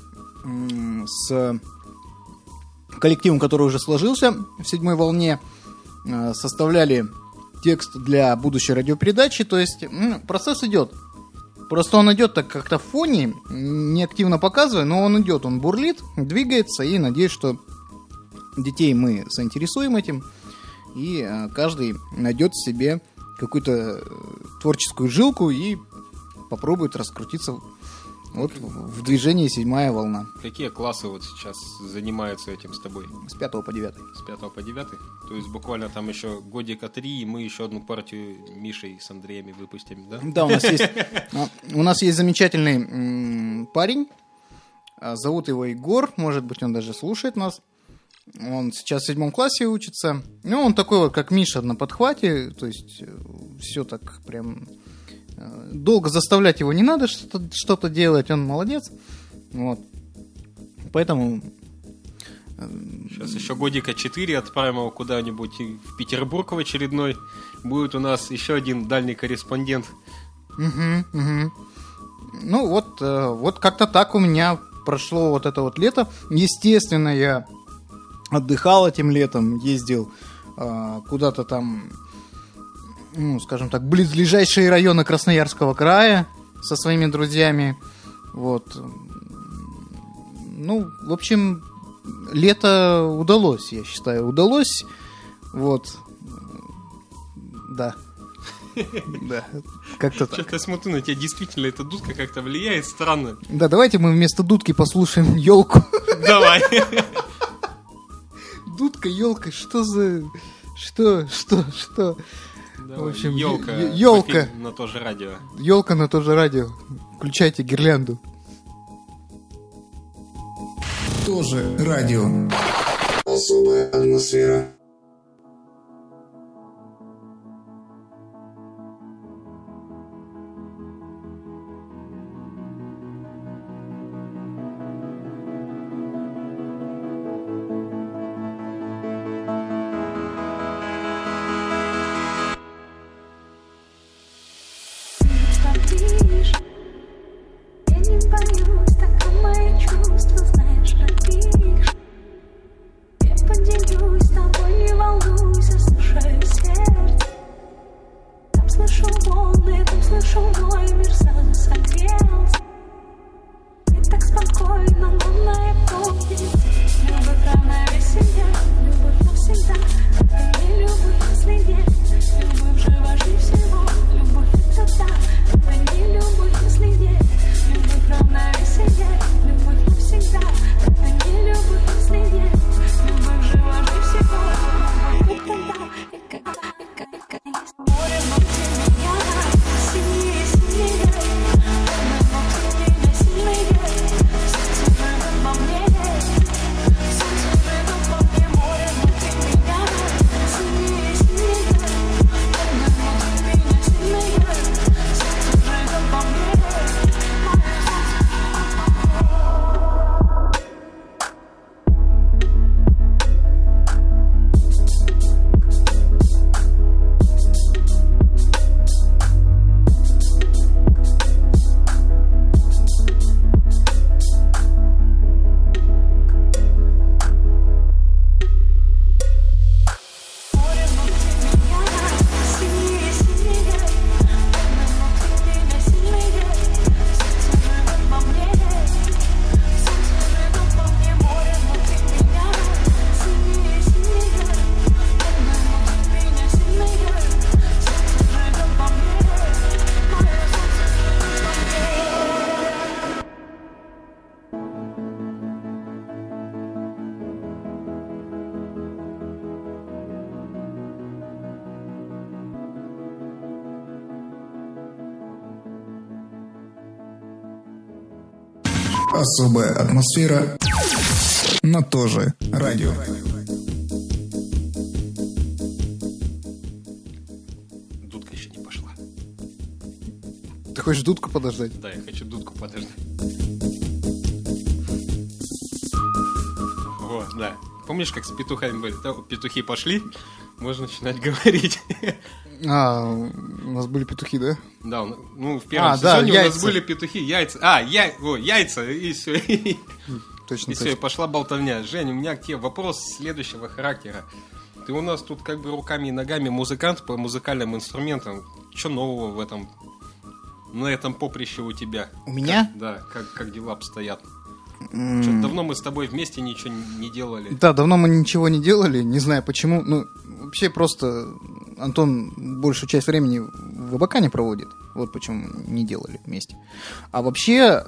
с коллективом, который уже сложился в «Седьмой волне», составляли текст для будущей радиопередачи. То есть процесс идет. Просто он идет так как-то в фоне, не активно показывая, но он идет, он бурлит, двигается, и надеюсь, что детей мы заинтересуем этим, и каждый найдет в себе какую-то творческую жилку и попробует раскрутиться вот в движении «Седьмая волна». Какие классы вот сейчас занимаются этим с тобой? С пятого по девятый. С пятого по девятый? То есть буквально там еще годика три, и мы еще одну партию Мишей с Андреями выпустим, да? Да, у нас есть, у нас есть замечательный парень, зовут его Егор, может быть, он даже слушает нас. Он сейчас в седьмом классе учится. Ну, он такой вот, как Миша, на подхвате, то есть все так прям... Долго заставлять его не надо что-то, что-то делать, он молодец. Вот. Поэтому... Сейчас еще годика четыре отправим его куда-нибудь в Петербург в очередной. Будет у нас еще один дальний корреспондент. Угу, угу. Ну вот, вот как-то так у меня прошло вот это вот лето. Естественно, я отдыхал этим летом, ездил э, куда-то там, ну, скажем так, близлежащие районы Красноярского края со своими друзьями. Вот. Ну, в общем, лето удалось, я считаю, удалось. Вот. Да. Да, как-то так. Что-то я смотрю на тебя, действительно, эта дудка как-то влияет странно. Да, давайте мы вместо дудки послушаем елку. Давай. Дудка, елка, что за... Что, что, что? Давай. В общем, елка. Елка. На то же радио. Елка на то же радио. Включайте гирлянду. Тоже радио. Особая атмосфера. Особая атмосфера на тоже радио. Дудка еще не пошла. Ты хочешь дудку подождать? Да, я хочу дудку подождать. Вот, да. Помнишь, как с петухами были? Да, петухи пошли, можно начинать говорить. А, у нас были петухи, да? Да, ну в первом а, да, сезоне яйца. у нас были петухи, яйца. А, я... О, яйца, и все. Точно, и все, и пошла болтовня. Жень, у меня к тебе вопрос следующего характера. Ты у нас тут как бы руками и ногами музыкант по музыкальным инструментам. Что нового в этом, на этом поприще у тебя? У меня? Как, да, как, как дела обстоят? Mm. Что-то давно мы с тобой вместе ничего не делали. Да, давно мы ничего не делали, не знаю почему. Ну, вообще просто Антон большую часть времени в Абакане проводит. Вот почему не делали вместе. А вообще,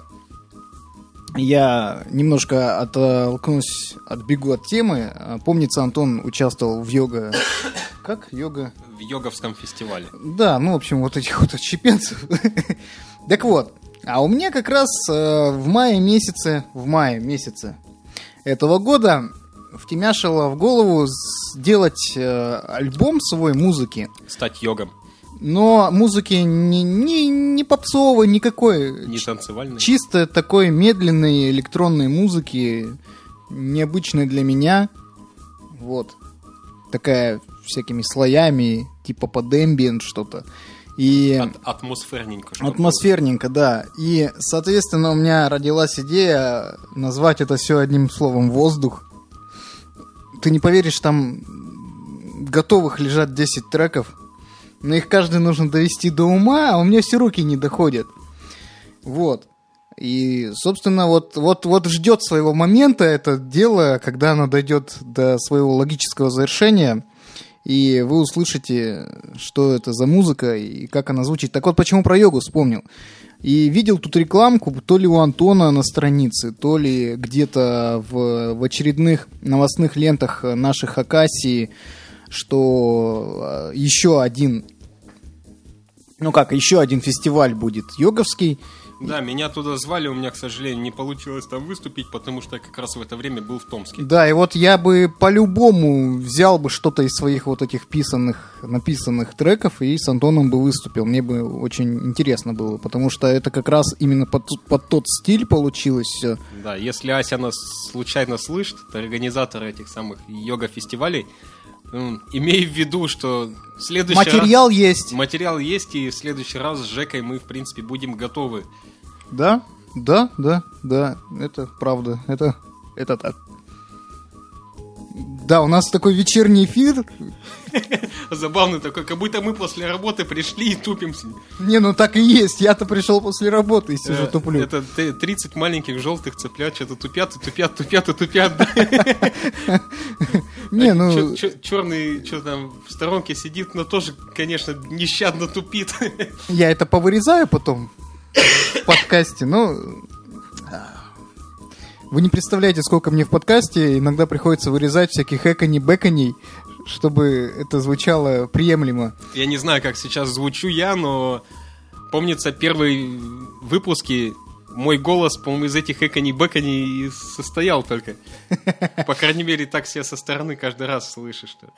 я немножко оттолкнусь, отбегу от темы. Помнится, Антон участвовал в йога... Как? Йога? В йоговском фестивале. Да, ну, в общем, вот этих вот отщепенцев. Так вот. А у меня как раз э, в мае месяце, в мае месяце этого года втемяшило в голову сделать э, альбом свой музыки. Стать йогом. Но музыки не, не, не попсовой, никакой. Не танцевальной. Чисто такой медленной электронной музыки, необычной для меня. Вот. Такая всякими слоями, типа под эмбиент что-то. И От, атмосферненько. Атмосферненько, да. И, соответственно, у меня родилась идея назвать это все одним словом «воздух». ты не поверишь, там готовых лежат десять треков, но их каждый нужно довести до ума, а у меня все руки не доходят. Вот. И, собственно, вот, вот, вот ждет своего момента это дело, когда оно дойдет до своего логического завершения, и вы услышите, что это за музыка и как она звучит. Так вот, почему про йогу вспомнил. И видел тут рекламку, то ли у Антона на странице, то ли где-то в, в очередных новостных лентах наших Акасии, что еще один, ну как, еще один фестиваль будет йоговский. Да, меня туда звали, у меня, к сожалению, не получилось там выступить, потому что я как раз в это время был в Томске. Да, и вот я бы по-любому взял бы что-то из своих вот этих писанных, написанных треков и с Антоном бы выступил. Мне бы очень интересно было, потому что это как раз именно под, под тот стиль получилось все. Да, если Ася нас случайно слышит, это организатор этих самых йога-фестивалей, имей в виду, что в следующий материал раз... есть. Материал есть, и в следующий раз с Жекой мы, в принципе, будем готовы. Да, да, да, да, это правда, это, это так. Да, у нас такой вечерний эфир. Забавный такой, как будто мы после работы пришли и тупимся. Не, ну так и есть, я-то пришел после работы и сижу туплю. Это тридцать маленьких желтых цыплят что-то тупят, и тупят, тупят и тупят. Не, ну... Черный, что там, в сторонке сидит, но тоже, конечно, нещадно тупит. Я это повырезаю потом в подкасте, но... Вы не представляете, сколько мне в подкасте иногда приходится вырезать всяких экони-бэконей, чтобы это звучало приемлемо. Я не знаю, как сейчас звучу я, но помнится, первые выпуски мой голос, по-моему, из этих экони-бэконей состоял только. По крайней мере, так себя со стороны каждый раз слышишь. Что...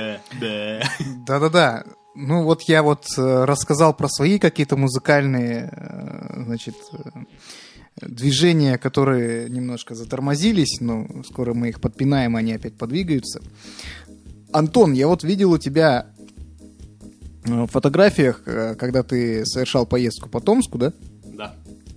Да-да-да. Ну вот я вот рассказал про свои какие-то музыкальные, значит... движения, которые немножко затормозились, но скоро мы их подпинаем, они опять подвигаются. Антон, я вот видел у тебя в фотографиях, когда ты совершал поездку по Томску, да? Да.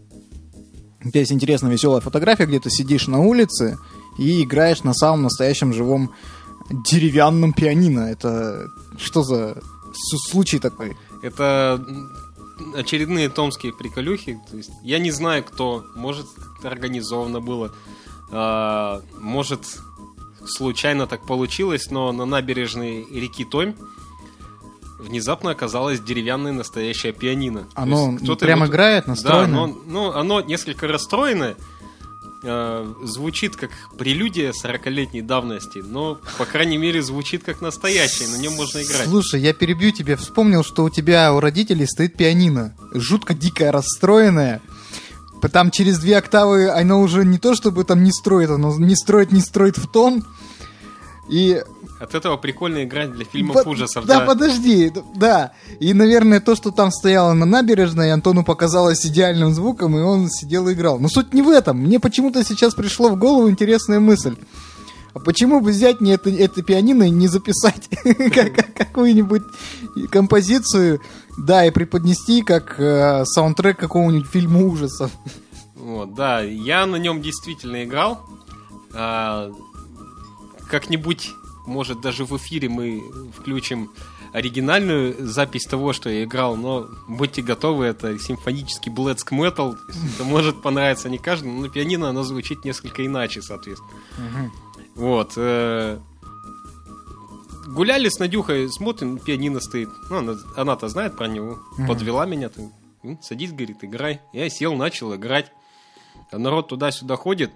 У тебя есть интересная веселая фотография, где ты сидишь на улице и играешь на самом настоящем живом деревянном пианино. Это что за случай такой? Это... очередные томские приколюхи. То есть я не знаю, кто. Может, как-то организовано было. А, может, случайно так получилось, но на набережной реки Томь внезапно оказалось деревянное настоящее пианино. Оно прямо вот... играет, настроено? Да, но, ну, оно несколько расстроенное. А, звучит как прелюдия сорокалетней давности, но, по крайней мере, звучит как настоящее, на нем можно играть. Слушай, я перебью тебя, вспомнил, что у тебя, у родителей стоит пианино, жутко дико расстроенное. Там через две октавы оно уже не то чтобы там не строит, оно не строит, не строит в тон. И... От этого прикольно играть для фильмов По- ужасов. Да, да, подожди, да. И, наверное, то, что там стояло на набережной, Антону показалось идеальным звуком, и он сидел и играл. Но суть не в этом. Мне почему-то сейчас пришло в голову интересная мысль. А почему бы взять не это, это пианино и не записать какую-нибудь композицию, да, и преподнести как э, саундтрек какого-нибудь фильма ужасов? Вот, да, я на нем действительно играл. А, как-нибудь, может, даже в эфире мы включим оригинальную запись того, что я играл, но будьте готовы, это симфонический блэцк метал. Это может понравиться не каждому, но на пианино оно звучит несколько иначе, соответственно. Угу. Вот. Э- гуляли с Надюхой, смотрим, пианино стоит. Ну, она, она-то знает про него. Угу. Подвела меня. Садись, говорит, играй. Я сел, начал играть. А народ туда-сюда ходит.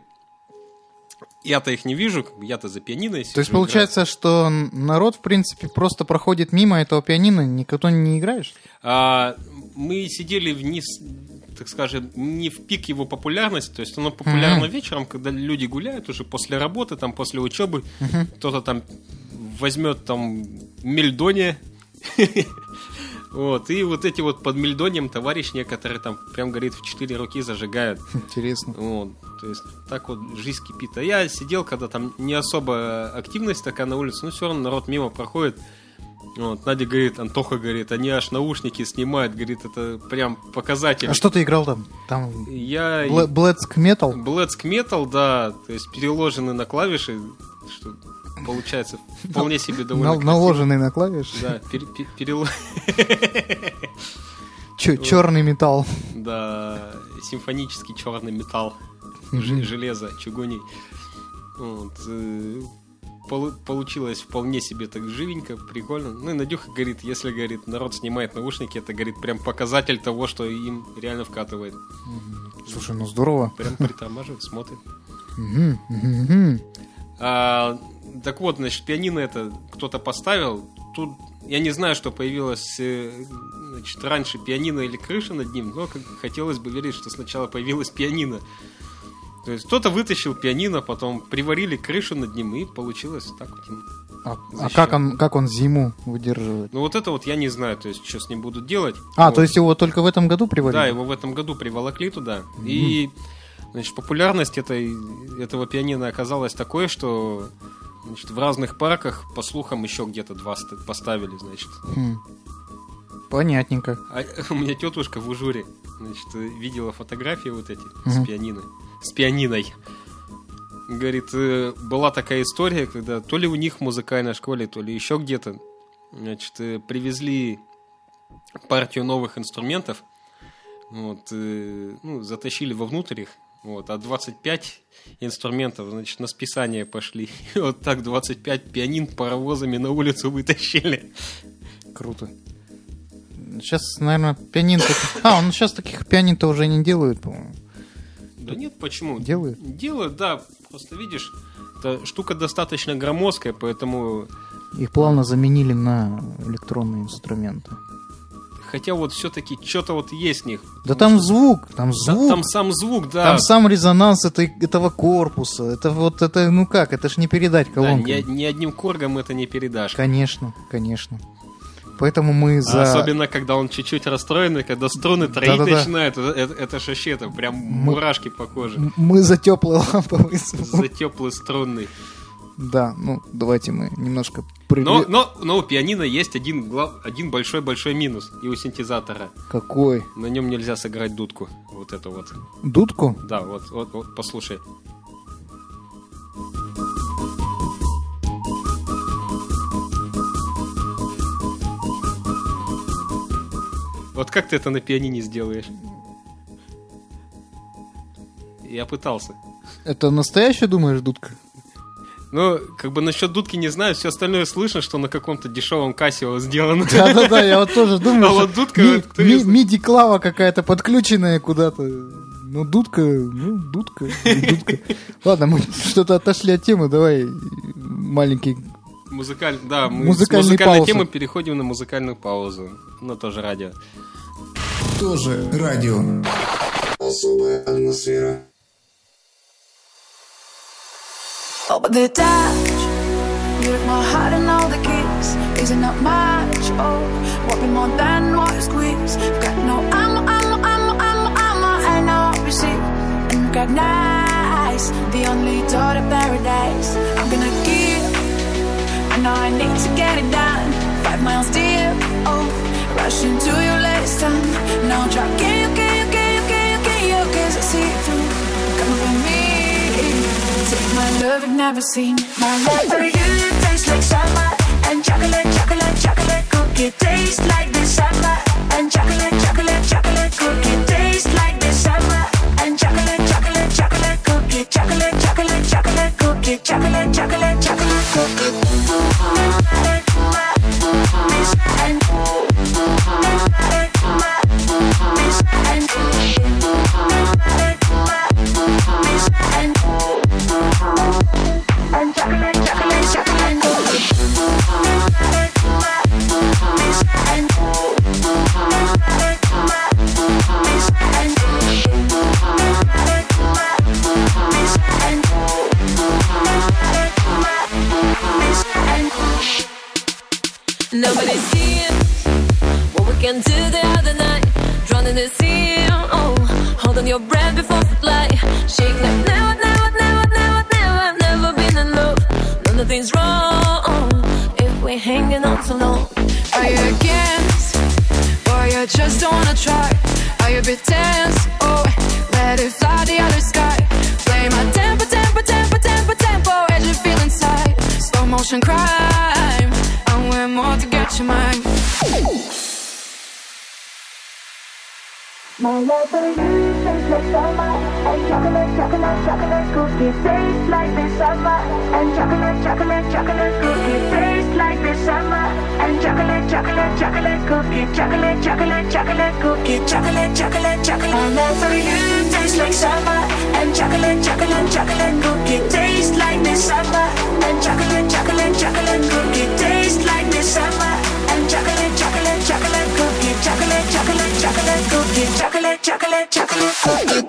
Я-то их не вижу, я-то за пианино сижу. То есть получается, играю. Что народ, в принципе, просто проходит мимо этого пианино, никто не играешь? А, мы сидели вниз, так скажем, не в пик его популярности, то есть оно популярно mm-hmm. вечером, когда люди гуляют уже после работы, там, после учебы, mm-hmm. кто-то там возьмет там мельдония. Вот, и вот эти вот под мельдонием товарищ некоторые там прям, говорит, в четыре руки зажигают. Интересно. Вот, то есть так вот жизнь кипит. А я сидел, когда там не особо активность такая на улице, но все равно народ мимо проходит. Вот, Надя говорит, Антоха говорит, они аж наушники снимают, говорит, это прям показатель. А что ты играл там? Там я... Блэцк метал? Блэцк метал, да, то есть переложены на клавиши, что... получается вполне себе довольно красиво. Наложенный на клавиши. Да, перелом. Черный металл. Да, симфонический черный металл. Железо, чугуний. Вот. Получилось вполне себе так живенько, прикольно. Ну и Надюха говорит, если, говорит, народ снимает наушники, это, говорит, прям показатель того, что им реально вкатывает. Слушай, ну здорово. Прям притормаживает, смотрит. Угу, угу. А, так вот, значит, пианино это кто-то поставил. Тут я не знаю, что появилось, значит, раньше пианино или крыша над ним, но как хотелось бы верить, что сначала появилось пианино. То есть кто-то вытащил пианино, потом приварили крышу над ним, и получилось так вот. А, а как он, как он зиму выдерживает? Ну вот это вот я не знаю, то есть что с ним будут делать. А, вот. То есть его только в этом году приварили? Да, его в этом году приволокли туда. Mm-hmm. И, значит, популярность этой, этого пианино оказалась такой, что, значит, в разных парках, по слухам, еще где-то два поставили, значит. Mm. Понятненько. А у меня тетушка в Ужуре, значит, видела фотографии вот эти Mm-hmm. с пианино. С пианиной. Говорит, была такая история, когда то ли у них в музыкальной школе, то ли еще где-то, значит, привезли партию новых инструментов, вот, ну, затащили вовнутрь их, вот, а двадцать пять инструментов, значит, на списание пошли. И вот так двадцать пять пианин паровозами на улицу вытащили. Круто. Сейчас, наверное, пианин... А, ну сейчас таких пианин-то уже не делают, по-моему. Да нет, почему? Делают? Делают, да. Просто видишь, эта штука достаточно громоздкая, поэтому... Их плавно заменили на электронные инструменты. Хотя вот все-таки что-то вот есть в них. Да там что... звук, там звук. Да, там сам звук, да. Там сам резонанс этой, этого корпуса. Это вот, это, ну как, это ж не передать колонкой. Да, ни, ни одним коргом это не передашь. Конечно, конечно. Поэтому мы за... Особенно, когда он чуть-чуть расстроенный, когда струны троить Да-да-да. начинают. Это, это, это ж вообще, это прям мы... мурашки по коже. Мы за теплый ламповый звук. За теплый струнный. Да, ну давайте мы немножко... При... Но, но, но у пианино есть один, глав... один большой-большой минус. И у синтезатора. Какой? На нем нельзя сыграть дудку. Вот эту вот. Дудку? Да, вот, вот, вот послушай. Вот как ты это на пианине сделаешь? Я пытался. Это настоящая, думаешь, дудка? Ну, как бы насчет дудки не знаю, все остальное слышно, что на каком-то дешевом Casio сделано. Да-да-да, я вот тоже думаю, а вот дудка, ми- ми- миди-клава какая-то подключенная куда-то. Ну, дудка, ну, дудка, дудка. Ладно, мы что-то отошли от темы, давай маленький... Музыкаль... Да, мы Музыкальный с музыкальной пауза. темы переходим на музыкальную паузу. Но тоже радио. Тоже радио. Особая атмосфера. Oh, but the touch, you took my heart and all the keys. Isn't that much? Oh, what be more than what you squeeze? Got no ammo, ammo, ammo, ammo, ammo, and I hope you see and recognize the only door to paradise. I'm gonna give. I know I need to get it done. Five miles deep, oh, rushing to your latest time. Now try, can you, can you, can you, can you, can you, cause I see it through. Come with me, take my love you've never seen. My love for you tastes like summer. And chocolate, chocolate, chocolate cookie tastes like December. And chocolate, chocolate, chocolate cookie tastes like December. And chocolate, chocolate, chocolate cookie, chocolate, chocolate, chocolate cookie, chocolate, chocolate, chocolate cookie. Nobody's seeing what we can do the other night. Drowned in the sea, oh, holding your breath before we fly. Shake like never, never, never, never, never, never been in love. No, nothing's wrong if we're hanging on so long. Are you against, or you just don't wanna try? Are you a bit tense, oh, let it fly the other sky. Play my tempo, tempo, tempo, tempo, tempo, as you feel inside. Slow mo My love for you tastes like summer, and chocolate, chocolate, chocolate cookies taste like this summer, and chocolate, chocolate, chocolate cookies taste like this summer, and chocolate, chocolate, chocolate cookie, chocolate, chocolate, chocolate cookie, chocolate, chocolate, chocolate. My love for you tastes like summer, and chocolate, chocolate, chocolate cookie taste like this summer, and chocolate, chocolate, chocolate cookie taste like this summer, and chocolate, chocolate, chocolate cookie, chocolate, chocolate, chocolate cookie, chocolate, chocolate, chocolate cookie.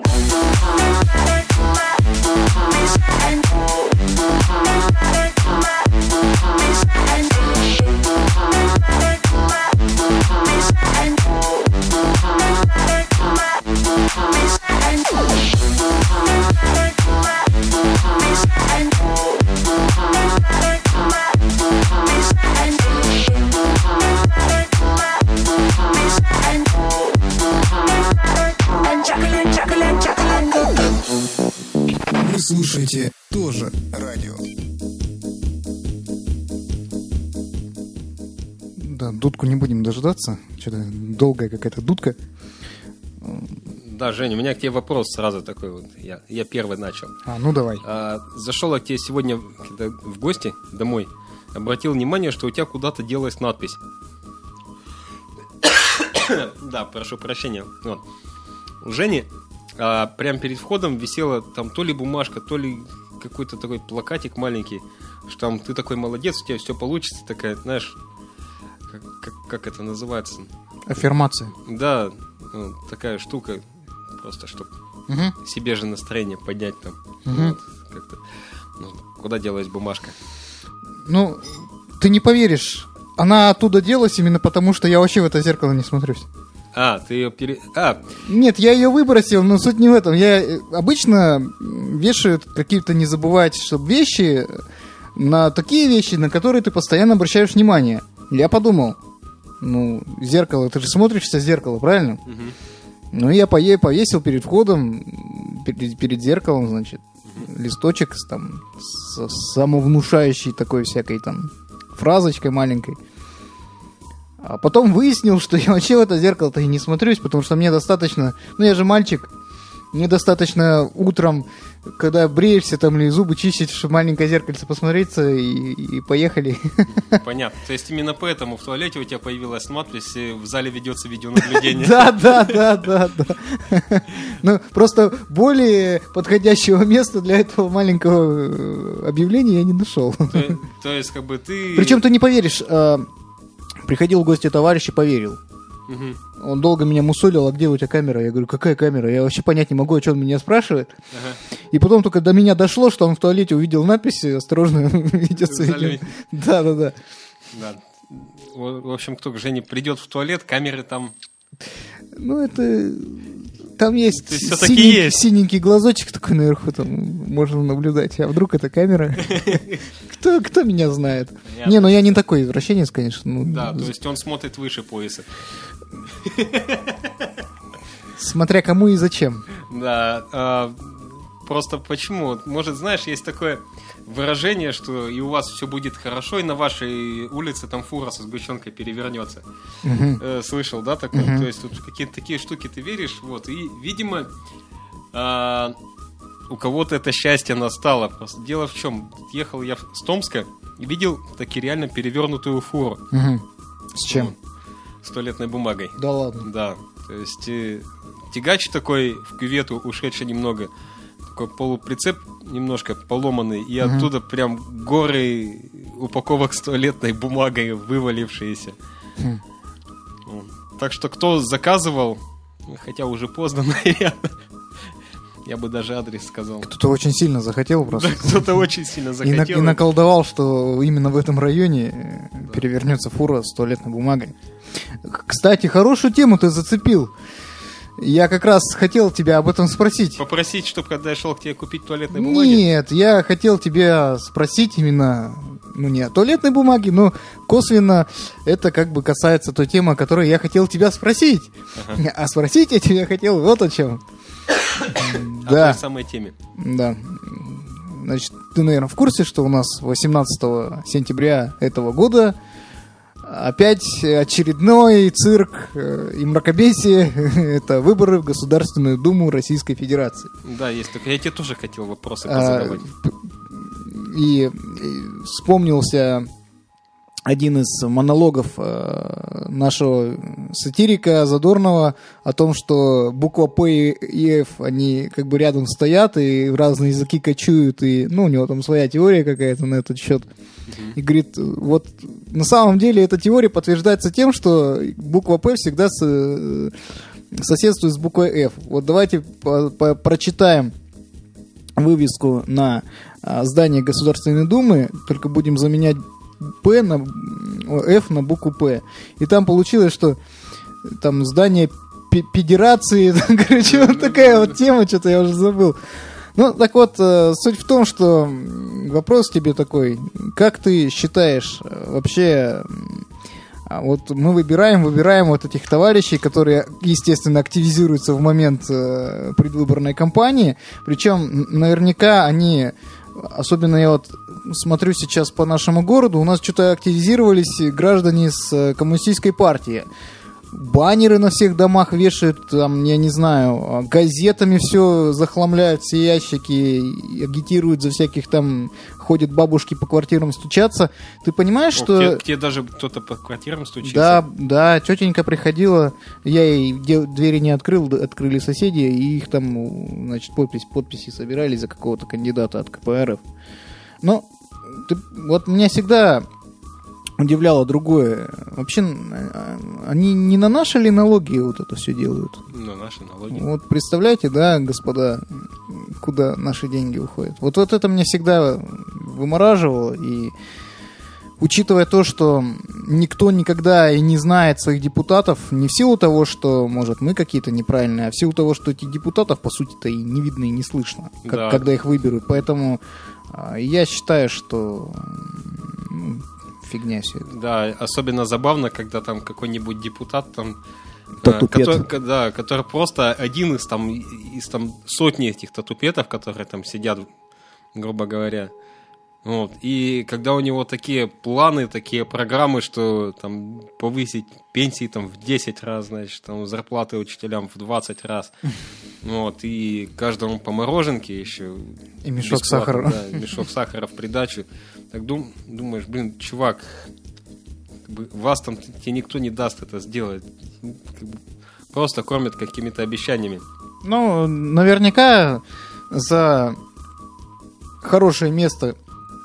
Вы слушаете тоже радио. Да, дудку не будем дожидаться. Что-то долгая какая-то дудка. Да, Женя, у меня к тебе вопрос сразу такой вот. Я, я первый начал. А, ну давай. А, зашел я к тебе сегодня когда в гости домой. Обратил внимание, что у тебя куда-то делалась надпись. Да, прошу прощения. Вот. У Жени а, прямо перед входом висела там то ли бумажка, то ли какой-то такой плакатик маленький, что там ты такой молодец, у тебя все получится, такая, знаешь, как, как, как это называется? Аффирмация. Да, ну, такая штука, просто чтобы Угу. себе же настроение поднять там. Угу. Вот, как-то. Ну, куда делась бумажка? Ну, ты не поверишь, она оттуда делась именно потому, что я вообще в это зеркало не смотрюсь. А, ты ее пере... А, Нет, я ее выбросил, но суть не в этом. Я э, обычно вешаю какие-то не забывать, чтобы вещи на такие вещи, на которые ты постоянно обращаешь внимание. Я подумал, ну, зеркало, ты же смотришься в зеркало, правильно? угу. Ну, я пое- повесил перед входом, перед, перед зеркалом, значит, листочек с, там, с самовнушающей такой всякой там фразочкой маленькой. А потом выяснил, что я вообще в это зеркало-то и не смотрюсь, потому что мне достаточно... Ну, я же мальчик. Мне достаточно утром, когда бреешься там или зубы чистить, чтобы маленькое зеркальце посмотреться, и, и поехали. Понятно. То есть именно поэтому в туалете у тебя появилась надпись «В зале ведется видеонаблюдение». Да, да, да, да, да. Ну, просто более подходящего места для этого маленького объявления я не нашел. То, то есть, как бы ты... Причем ты не поверишь, э, приходил в гости товарищ и поверил. Мгм. Он долго меня мусолил, а где у тебя камера? Я говорю, какая камера? Я вообще понять не могу, о чем он меня спрашивает. Ага. И потом только до меня дошло, что он в туалете увидел надпись «Осторожно, ведется В зале видео». Да, да, да. Да. В в общем, кто к Жене придет в туалет, камеры там... Ну, это... Там есть, То есть всё-таки синий- есть. синенький глазочек такой наверху, там можно наблюдать. А вдруг это камера? Кто, кто меня знает? Понятно. Не, ну я не такой извращенец, конечно. ну, Да, то есть он смотрит выше пояса. Смотря кому и зачем. Да, а, просто почему? Может, знаешь, есть такое выражение, что и у вас все будет хорошо, и на вашей улице там фура со сгущенкой перевернется. Э, слышал, да, такое? То есть тут в какие-то такие штуки ты веришь, вот, и, видимо, а, у кого-то это счастье настало. Просто дело в чем? Ехал я с Томска и видел таки реально перевернутую фуру. Мгм. С чем? С туалетной бумагой. Да ладно. Да, то есть э, тягач такой в кювету, ушедший немного, такой полуприцеп немножко поломанный, и оттуда прям горы упаковок с туалетной бумагой вывалившиеся. Хм. Вот. Так что кто заказывал, хотя уже поздно, наверное, я бы даже адрес сказал. Кто-то очень сильно захотел просто. Да, кто-то очень сильно И, на- захотел. и наколдовал, что именно в этом районе э, перевернется фура с туалетной бумагой. К- Кстати, хорошую тему ты зацепил. Я как раз хотел тебя об этом спросить. Попросить, чтобы когда я шел к тебе купить туалетной бумаги. Нет, я хотел тебя спросить именно, ну не о туалетной бумаге, но косвенно это как бы касается той темы, о которой я хотел тебя спросить. А спросить я тебя хотел вот о чем. О Да. той самой теме. Да. Значит, ты, наверное, в курсе, что у нас восемнадцатого сентября этого года опять очередной цирк э, и мракобесие. Это выборы в Государственную Думу Российской Федерации. Да, есть только. Я тебе тоже хотел вопросы А, позадавать. И, и вспомнился один из монологов э, нашего сатирика Задорнова о том, что буква П и Ф, они как бы рядом стоят и в разные языки кочуют, и, ну, у него там своя теория какая-то на этот счет. И говорит, вот на самом деле эта теория подтверждается тем, что буква П всегда со- соседствует с буквой Ф. Вот давайте по- по- прочитаем вывеску на а, здании Государственной Думы, только будем заменять П на F на букву П. И там получилось, что там здание пе- педерации, короче, вот такая вот тема, что-то я уже забыл. Ну, так вот, э, суть в том, что м, вопрос тебе такой, как ты считаешь, э, вообще, м, а вот мы выбираем, выбираем вот этих товарищей, которые, естественно, активизируются в момент э, предвыборной кампании, причем н- наверняка они, особенно я вот смотрю сейчас по нашему городу, у нас что-то активизировались граждане с э, коммунистической партии. Баннеры на всех домах вешают, там, я не знаю, газетами все захламляют, все ящики, агитируют за всяких там, ходят бабушки по квартирам стучаться. Ты понимаешь, О, что... к тебе, к тебе даже кто-то по квартирам стучится? Да, да, тетенька приходила, я ей де- двери не открыл, д- открыли соседи, и их там, значит, подпись, подписи собирали за какого-то кандидата от ка пэ эр эф. Но ты, вот меня всегда удивляло другое. Вообще, а, они не на наши ли налоги вот это все делают? На наши налоги. Вот представляете, да, господа, куда наши деньги уходят. Вот, вот это меня всегда вымораживало, и учитывая то, что никто никогда и не знает своих депутатов, не в силу того, что, может, мы какие-то неправильные, а в силу того, что этих депутатов, по сути-то, и не видно, и не слышно, как- Да. когда их выберут. Поэтому а, я считаю, что ну, фигня все это. Да, особенно забавно, когда там какой-нибудь депутат там... Татупет. э, который, да, который просто один из там, из там сотни этих татупетов, которые там сидят, грубо говоря. Вот. И когда у него такие планы, такие программы, что там повысить пенсии там в десять раз, значит, там зарплаты учителям в двадцать раз. Вот. И каждому по мороженке еще. И мешок бесплатно, сахара. Да, мешок сахара в придачу. Так дум, думаешь, блин, чувак, как бы вас там тебе никто не даст это сделать. Ну, как бы просто кормят какими-то обещаниями. Ну, наверняка за хорошее место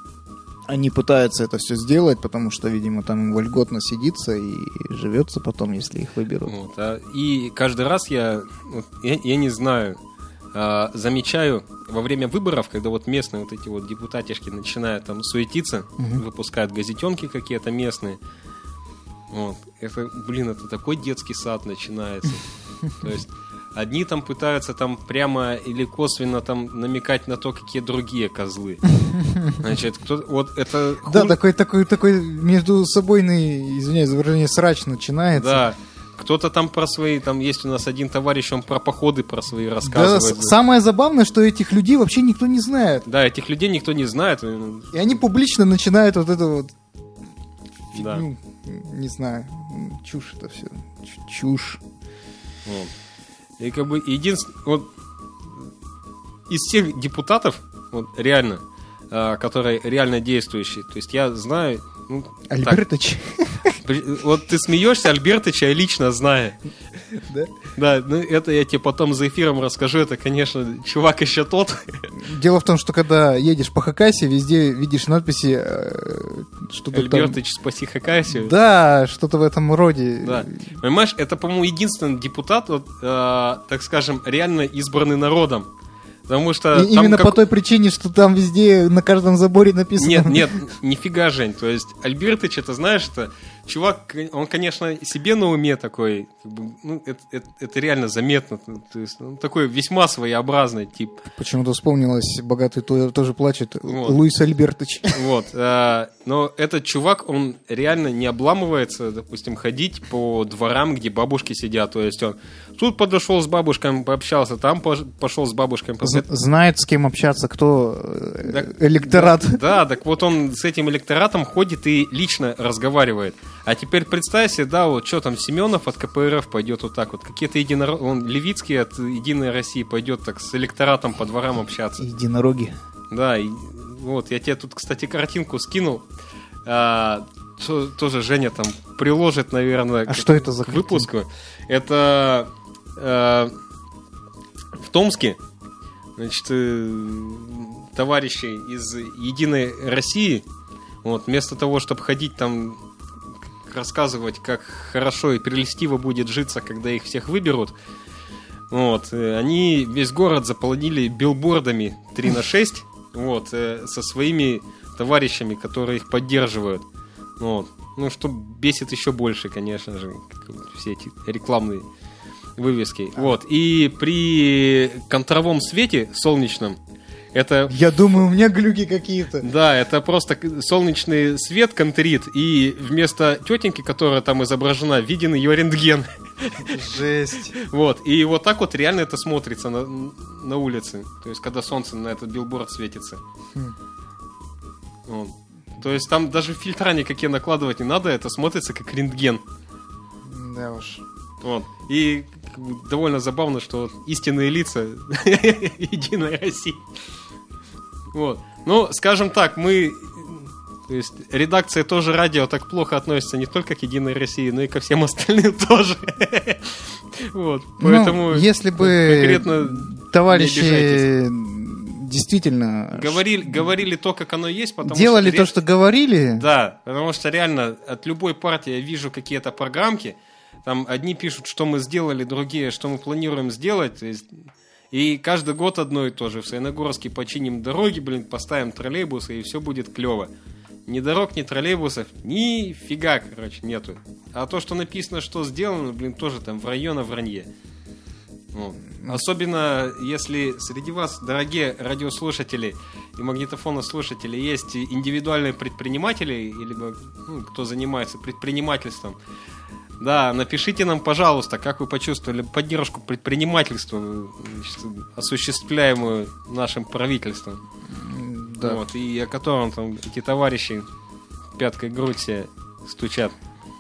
они пытаются это все сделать, потому что, видимо, там им вольготно сидится и живется потом, если их выберут. Вот, а, и каждый раз я, вот, я, я не знаю, а, замечаю во время выборов, когда вот местные вот эти вот депутатишки начинают там суетиться, Мгм. выпускают газетенки какие-то местные. Вот, это, блин, это такой детский сад начинается. То есть одни там пытаются там прямо или косвенно там намекать на то, какие другие козлы. Значит, кто вот это Да, хур- такой, такой, такой между собойный, извиняюсь за выражение, срач начинается. Да. Кто-то там про свои, там есть у нас один товарищ, он про походы про свои Да, рассказывает. с- самое забавное, что этих людей вообще никто не знает. Да, этих людей никто не знает. И они публично начинают вот это вот Да. фигню, не знаю, чушь это все, чушь. Вот. И как бы единственное, вот из всех депутатов, вот реально, а, которые реально действующие, то есть я знаю, ну, так, Альбертыч, при- вот ты смеешься, Альбертыча я лично знаю. да? Да, ну это я тебе потом за эфиром расскажу, это, конечно, чувак еще тот. Дело в том, что когда едешь по Хакасии, везде видишь надписи, э, что-то там... Альбертыч, спаси Хакасию. Да, что-то в этом роде. Да. Понимаешь, это, по-моему, единственный депутат, вот, э, так скажем, реально избранный народом. Потому что... И там именно как- по той причине, что там везде на каждом заборе написано. Нет, нет, нифига, Жень. То есть Альбертыч, это, знаешь, это чувак, он, конечно, себе на уме такой, как бы, ну, это, это, это реально заметно. То есть он такой весьма своеобразный тип. Почему-то вспомнилось, богатый то- тоже плачет, Вот. Луис Альбертыч. Вот. э, но этот чувак, он реально не обламывается, допустим, ходить по дворам, где бабушки сидят. То есть он тут подошел с бабушками, пообщался, там пош- пошел с бабушками. З- Знает, с кем общаться, кто э, Так, электорат. Да, так вот он с этим электоратом ходит и лично разговаривает. А теперь представь себе, да, вот что там, Семенов от ка пэ эр эф пойдет вот так вот, какие-то единороги, он Левицкий от Единой России пойдет так с электоратом по дворам общаться. Единороги. Да, и вот, я тебе тут, кстати, картинку скинул, а, то, тоже Женя там приложит, наверное, А к, что это за к выпуску. Это а, в Томске, значит, товарищи из Единой России, вот, вместо того, чтобы ходить там, рассказывать, как хорошо и прелестиво будет житься, когда их всех выберут, вот, они весь город заполонили билбордами три на шесть, вот, со своими товарищами, которые их поддерживают. Вот. Ну, что бесит еще больше, конечно же, все эти рекламные вывески. Вот. И при контровом свете солнечном это... Я думаю, у меня глюки какие-то. Да, это просто солнечный свет контрит, и вместо тетеньки, которая там изображена, виден ее рентген. Жесть. Вот, и вот так вот реально это смотрится на, на улице. То есть, когда солнце на этот билборд светится. Хм. Вот. То есть, там даже фильтра никакие накладывать не надо, это смотрится как рентген. Да уж. Вот. И как бы, довольно забавно, что истинные лица Единой России. Вот. Ну, скажем так, мы... То есть, редакция тоже радио так плохо относится не только к Единой России, но и ко всем остальным тоже. Вот. Поэтому... Ну, если бы товарищи не действительно... Говорили, говорили то, как оно есть, потому делали что... то, что говорили... Да, потому что реально от любой партии я вижу какие-то программки, там одни пишут, что мы сделали, другие, что мы планируем сделать, то есть... И каждый год одно и то же. В Саяногорске починим дороги, блин, поставим троллейбусы, и все будет клево. Ни дорог, ни троллейбусов, ни фига, короче, нету. А то, что написано, что сделано, блин, тоже там в районе вранье. Вот. Особенно, если среди вас, дорогие радиослушатели и магнитофонослушатели, есть индивидуальные предприниматели, или ну, кто занимается предпринимательством, да, напишите нам, пожалуйста, как вы почувствовали поддержку предпринимательства, значит, осуществляемую нашим правительством. Да. Вот, и о котором там эти товарищи пяткой грудь себе стучат.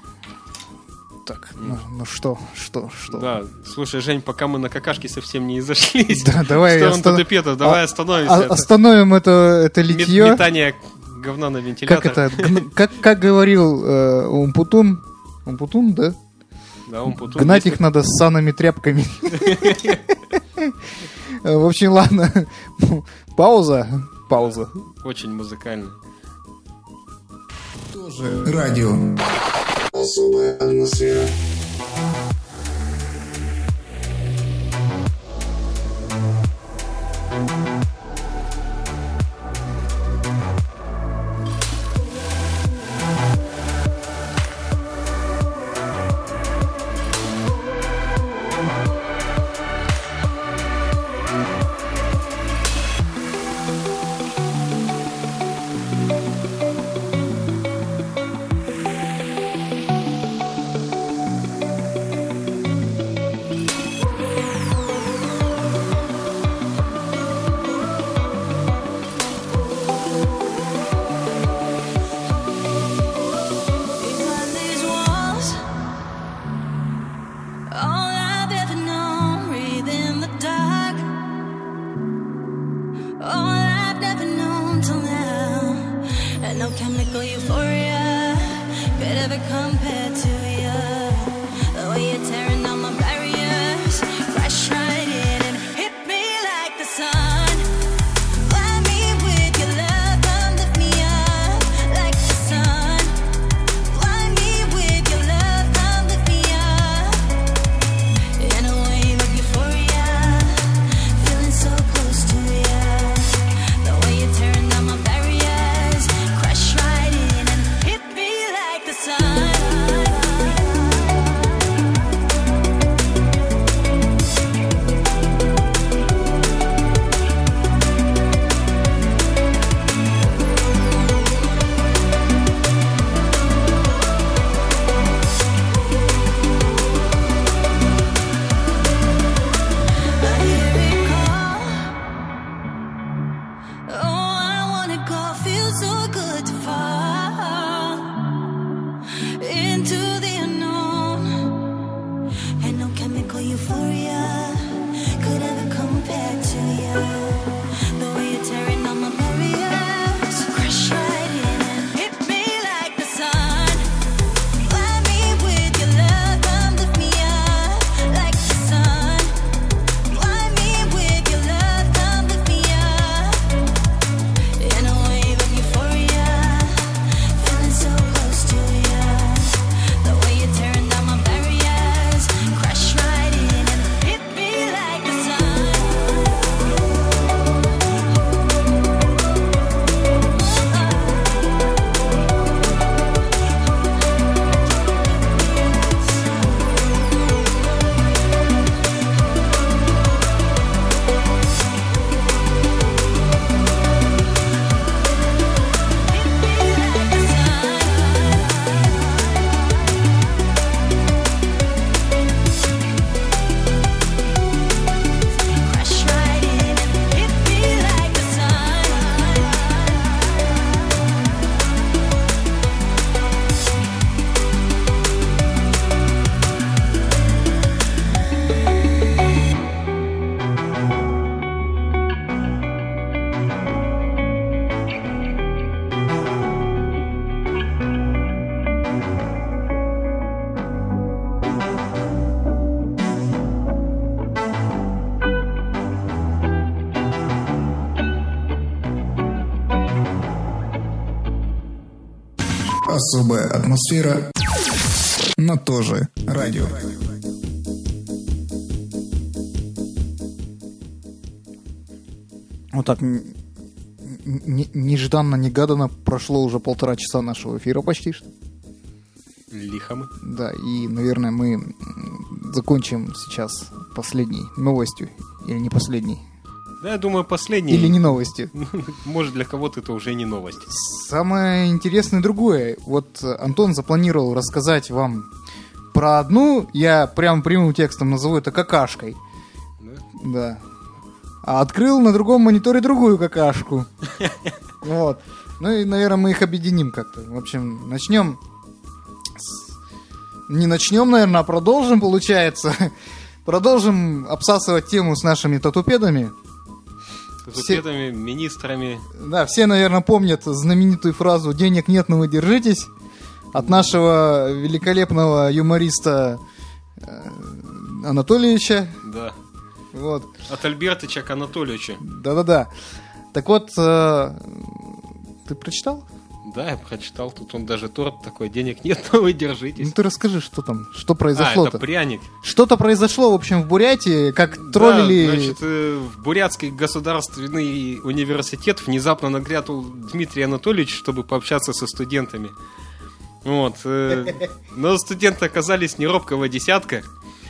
Так, ну, ну что, что, что? Да, слушай, Жень, пока мы на какашке совсем не изошлись, да, давай в сторону остан... Тутупетов, давай а, остановимся. А, это... Остановим это, это литье. Метание говна на вентилятор. Как это? Г... Как, как говорил э, Умпутун, Умпутун, да? Да, Умпутун. Гнать если... их надо с санными тряпками. В общем, ладно. Пауза. Пауза. Очень музыкально. Тоже радио. Особая атмосфера. euphoria could ever compare to you. The way you're tearing down my barriers, crash right in and hit me like the sun. Fly me with your love, come lift me up like the sun. Fly me with your love, come lift me up. In a wave of euphoria, feeling so close to you. The way you're tearing down my barriers, crash right in and hit me like the sun. Crash right in and hit me like the sun. Особая атмосфера на тоже радио. Вот так н- н- нежданно-негаданно прошло уже полтора часа нашего эфира почти что. Лихо мы. Да, и, наверное, мы м, закончим сейчас последней новостью. Или не последней. Да, я думаю, последний. Или не новостью. Может, для кого-то это уже не новость. Самое интересное другое. Вот э, Антон запланировал рассказать вам про одну, я прям прямым текстом назову это какашкой. Да? Да. А открыл на другом мониторе другую какашку. Вот. Ну и, наверное, мы их объединим как-то. В общем, начнем. с- Не начнем, наверное, а продолжим, получается. Продолжим обсасывать тему с нашими татупедами. С упедами, министрами. Да, все, наверное, помнят знаменитую фразу «денег нет, но вы держитесь» от нашего великолепного юмориста э, Анатольевича. Да. Вот. От Альбертыча к Анатольевичу. Да-да-да. Так вот, э, ты прочитал? Да, я прочитал. Тут он даже торт такой. Денег нет, но вы держитесь. Ну ты расскажи, что там, что А, произошло-то. это пряник. Что-то произошло, в общем, в Бурятии, как троллили... Да, значит, э, в Бурятский государственный университет внезапно нагрянул Дмитрий Анатольевич, чтобы пообщаться со студентами. Вот. э, Но студенты оказались не робкого десятка.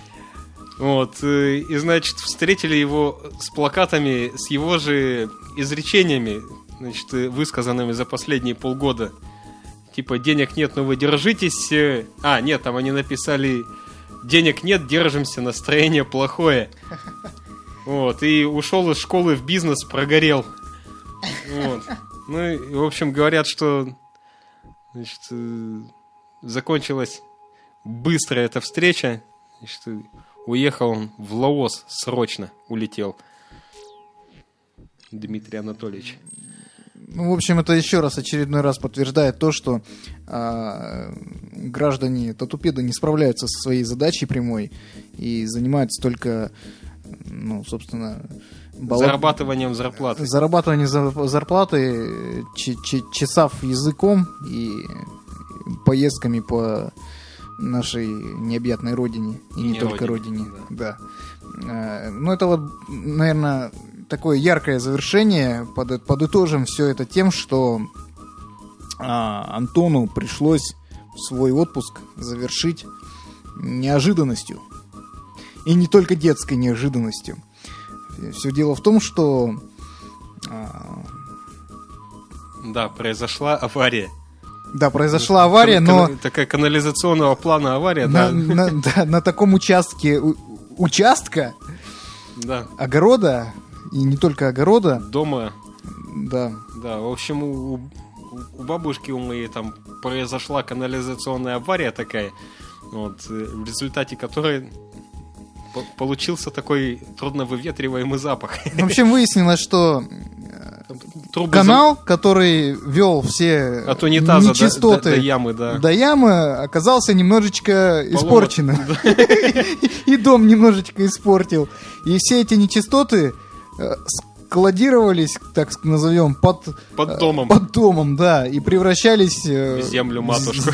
Вот. э, И, значит, встретили его с плакатами, с его же изречениями, значит, э, высказанными за последние полгода. Типа, денег нет, но вы держитесь. э, А, нет, там они написали: денег нет, держимся, настроение плохое. Вот, и ушел из школы в бизнес, прогорел. Вот. Ну, и, в общем, говорят, что, значит, э, закончилась быстро эта встреча. Значит, э, уехал он в Лаос срочно, улетел. Дмитрий Анатольевич. Ну, в общем, это еще раз, очередной раз подтверждает то, что а, граждане татупеды не справляются со своей задачей прямой и занимаются только, ну, собственно... бала- Зарабатыванием зарплаты. Зарабатывание за- зарплаты, ч- ч- чесав языком и поездками по нашей необъятной родине. И, И не, не только родине, родине. Да. А, ну, это вот, наверное, такое яркое завершение. Под- подытожим все это тем, что а, Антону пришлось свой отпуск завершить неожиданностью. И не только детской неожиданностью. Все дело в том, что а, Да, произошла авария. да, произошла авария, но Кана- Такая канализационного плана авария, на, да. на- да, на таком участке у- участка Да. огорода, и не только огорода, Дома, да, да, в общем, у, у- у бабушки у моей там произошла канализационная авария такая, вот, э, в результате которой По- Получился такой трудновыветриваемый запах. В общем, выяснилось, что Трубы канал, который вел все за- От унитаза до- нечистоты до, до ямы, да. до ямы, оказался немножечко Поломан. испорченным. И дом немножечко испортил. И все эти нечистоты э, складировались, так назовем, под, Под э, домом. под домом, да, и превращались... э, В землю матушку.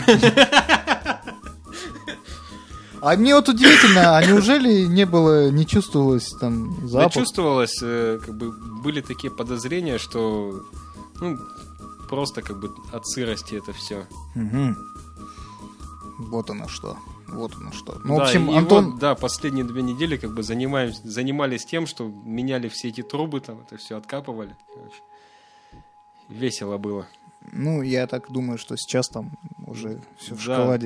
А мне вот удивительно, а неужели не было, не чувствовалось там Да, запах? чувствовалось, э, как бы были такие подозрения, что ну, просто как бы от сырости это все. Мгм. Вот оно что. Вот оно что. Ну, в Да, общем, и Антон... вот, да, последние две недели как бы занимаемся, занимались тем, что меняли все эти трубы, там это все откапывали. Короче, весело было. Ну, я так думаю, что сейчас там уже все в Да. шоколаде.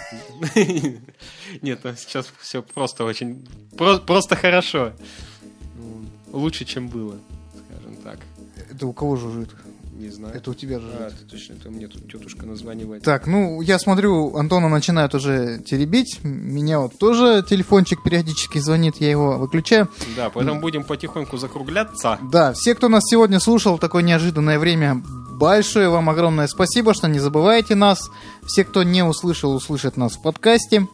Нет, ну, сейчас все просто очень... про- Просто хорошо. Ну, Лучше, чем было, скажем так. Это у кого жужжит? Не знаю. Это у тебя А, жужжит. это точно, это мне тут тетушка названивает. Так, ну, я смотрю, Антона начинает уже теребить. Меня вот тоже телефончик периодически звонит, я его выключаю. Да, поэтому будем потихоньку закругляться. Да, все, кто нас сегодня слушал в такое неожиданное время, большое вам огромное спасибо, что не забывайте нас. Все, кто не услышал, услышат нас в подкасте.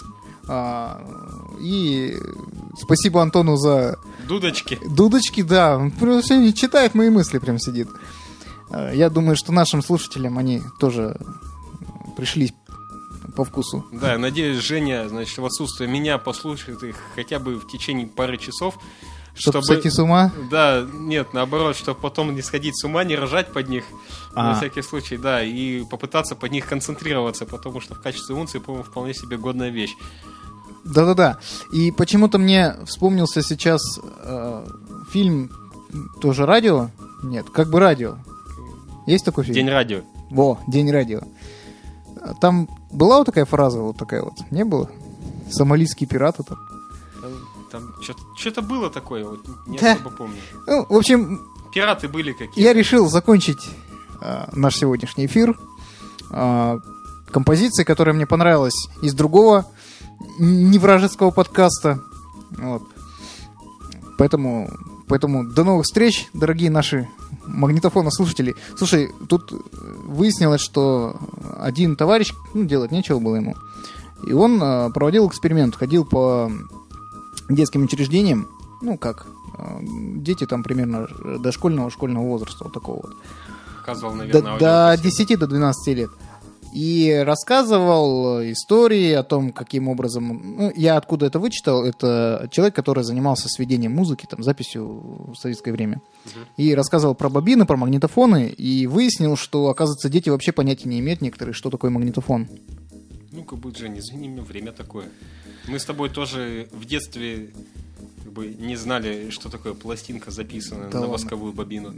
А, и спасибо Антону за Дудочки. дудочки, да. Он просто не читает мои мысли, прям сидит. А, я думаю, что нашим слушателям они тоже пришлись по вкусу. Да, я надеюсь, Женя, значит, в отсутствие меня послушает их хотя бы в течение пары часов. Чтобы сойти с ума. Да, нет, наоборот, чтобы потом не сходить с ума, не рожать под них, А. на всякий случай, да, и попытаться под них концентрироваться, потому что в качестве унции, по-моему, вполне себе годная вещь. Да-да-да. И почему-то мне вспомнился сейчас э, фильм тоже радио. Нет, как бы радио. Есть такой фильм? День радио. Во, День радио. Там была вот такая фраза, вот такая вот? Не было? Сомалийские пираты там. Там, там что-то, что-то было такое, вот не Да. особо помню. Ну, в общем, Пираты были какие-то. я решил закончить э, наш сегодняшний эфир э, композицией, которая мне понравилась из другого невражеского подкаста. Вот. Поэтому, поэтому до новых встреч, дорогие наши магнитофонослушатели. Слушай, тут выяснилось, что один товарищ, ну, делать нечего было ему, и он э, проводил эксперимент, ходил по детским учреждениям, ну, как, э, дети там примерно дошкольного, школьного возраста, вот такого вот. Показывал, До, наверное, до аудиокассету. десяти до двенадцати лет. И рассказывал истории о том, каким образом... Ну, я откуда это вычитал, это человек, который занимался сведением музыки, там, записью в советское время. И рассказывал про бобины, про магнитофоны, и выяснил, что, оказывается, дети вообще понятия не имеют некоторые, что такое магнитофон. Ну, как бы, Жень, извини меня, время такое. Мы с тобой тоже в детстве как бы не знали, что такое пластинка, записанная Да на ладно. восковую бобину.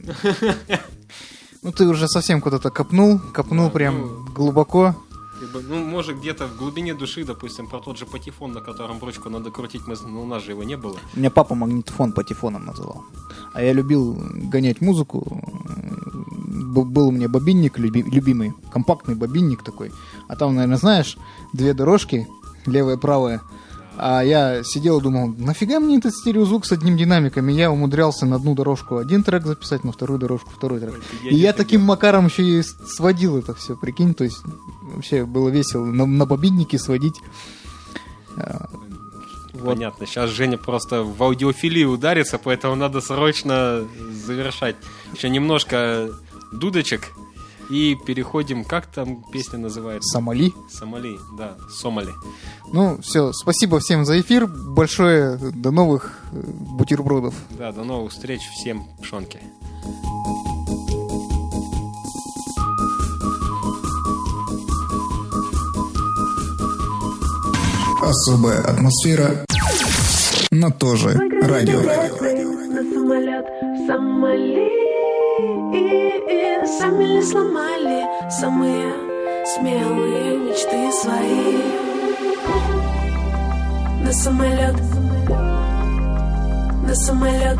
Ну, ты уже совсем куда-то копнул, копнул Да, прям ну, глубоко. Как бы, ну, может, где-то в глубине души, допустим, про тот же патефон, на котором ручку надо крутить, мы, ну, у нас же его не было. У меня папа магнитофон патефоном называл. А я любил гонять музыку. Б- Был у меня бобинник люби- любимый, компактный бобинник такой. А там, наверное, знаешь, две дорожки, левая и правая. А я сидел и думал, нафига мне этот стереозвук с одним динамиком? И я умудрялся на одну дорожку один трек записать, на вторую дорожку второй трек. Ой, ты И я офигел. таким макаром еще и с- сводил это все, прикинь. То есть вообще было весело на, на бобиннике сводить. А, вот. Понятно, сейчас Женя просто в аудиофилию ударится, поэтому надо срочно завершать. Еще немножко дудочек и переходим, как там песня называется? Сомали. Сомали, да, Сомали. Ну, все, спасибо всем за эфир. Большое. До новых э, бутербродов. Да, до новых встреч, всем пшонки. Особая атмосфера, но тоже радио. На самолет в Сомали. Сами ли сломали самые смелые мечты свои. На самолет, на самолет.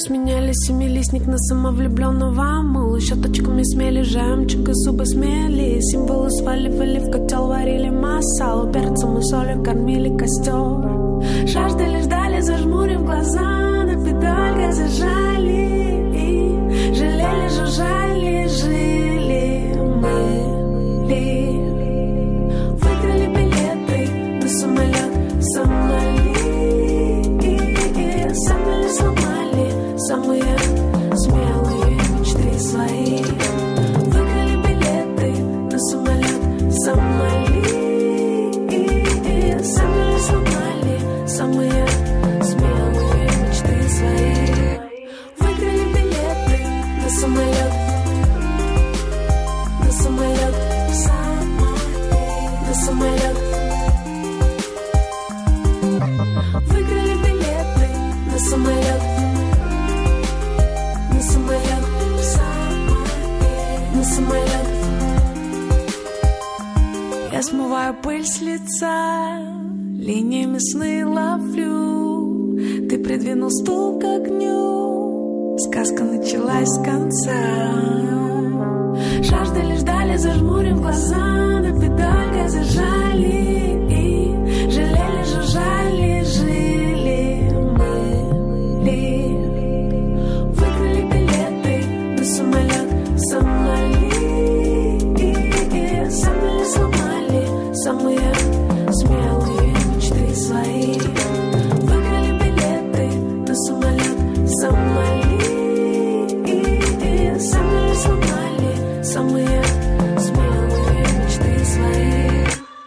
сменяли семилистник на самовлюбленного мыла. Щеточками смели жемчуг и зубы смели. Символы сваливали в котел, варили масалу. Перцем и солью кормили костер. Жаждали, ждали, зажмурив глаза. На педаль газа зажали. И жалели, жужжали, жили мы ли. Выиграли билеты на самолет, самолет. Сами сломали самые смелые мечты свои. Выиграли билеты на самолет, самолет. Сами сломали самые смелые мечты свои. Выиграли билеты на самолет, на самолет, на самолет. Выиграли билеты на самолет, на самолет, на самолет. Я смываю пыль с лица, линиями сны ловлю. Ты придвинул стул к огню, сказка началась с конца. Жаждали, ждали, зажмурив глаза. На педаль газа жали и жалели, жужжали, жили мы ли. Выиграли билеты на самолет, самолет. Сами сломали самые смелые мечты свои. Выиграли билеты на самолет, самолет. Сами сломали самые смелые мечты свои.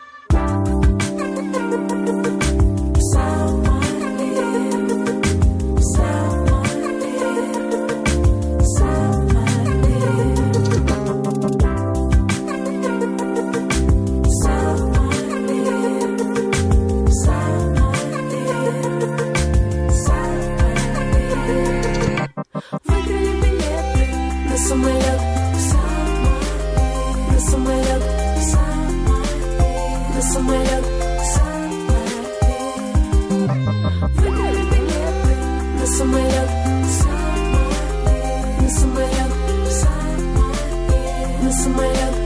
Самолет, на самолет, на самолет, выиграли билеты на самолет, на самолет, на самолет.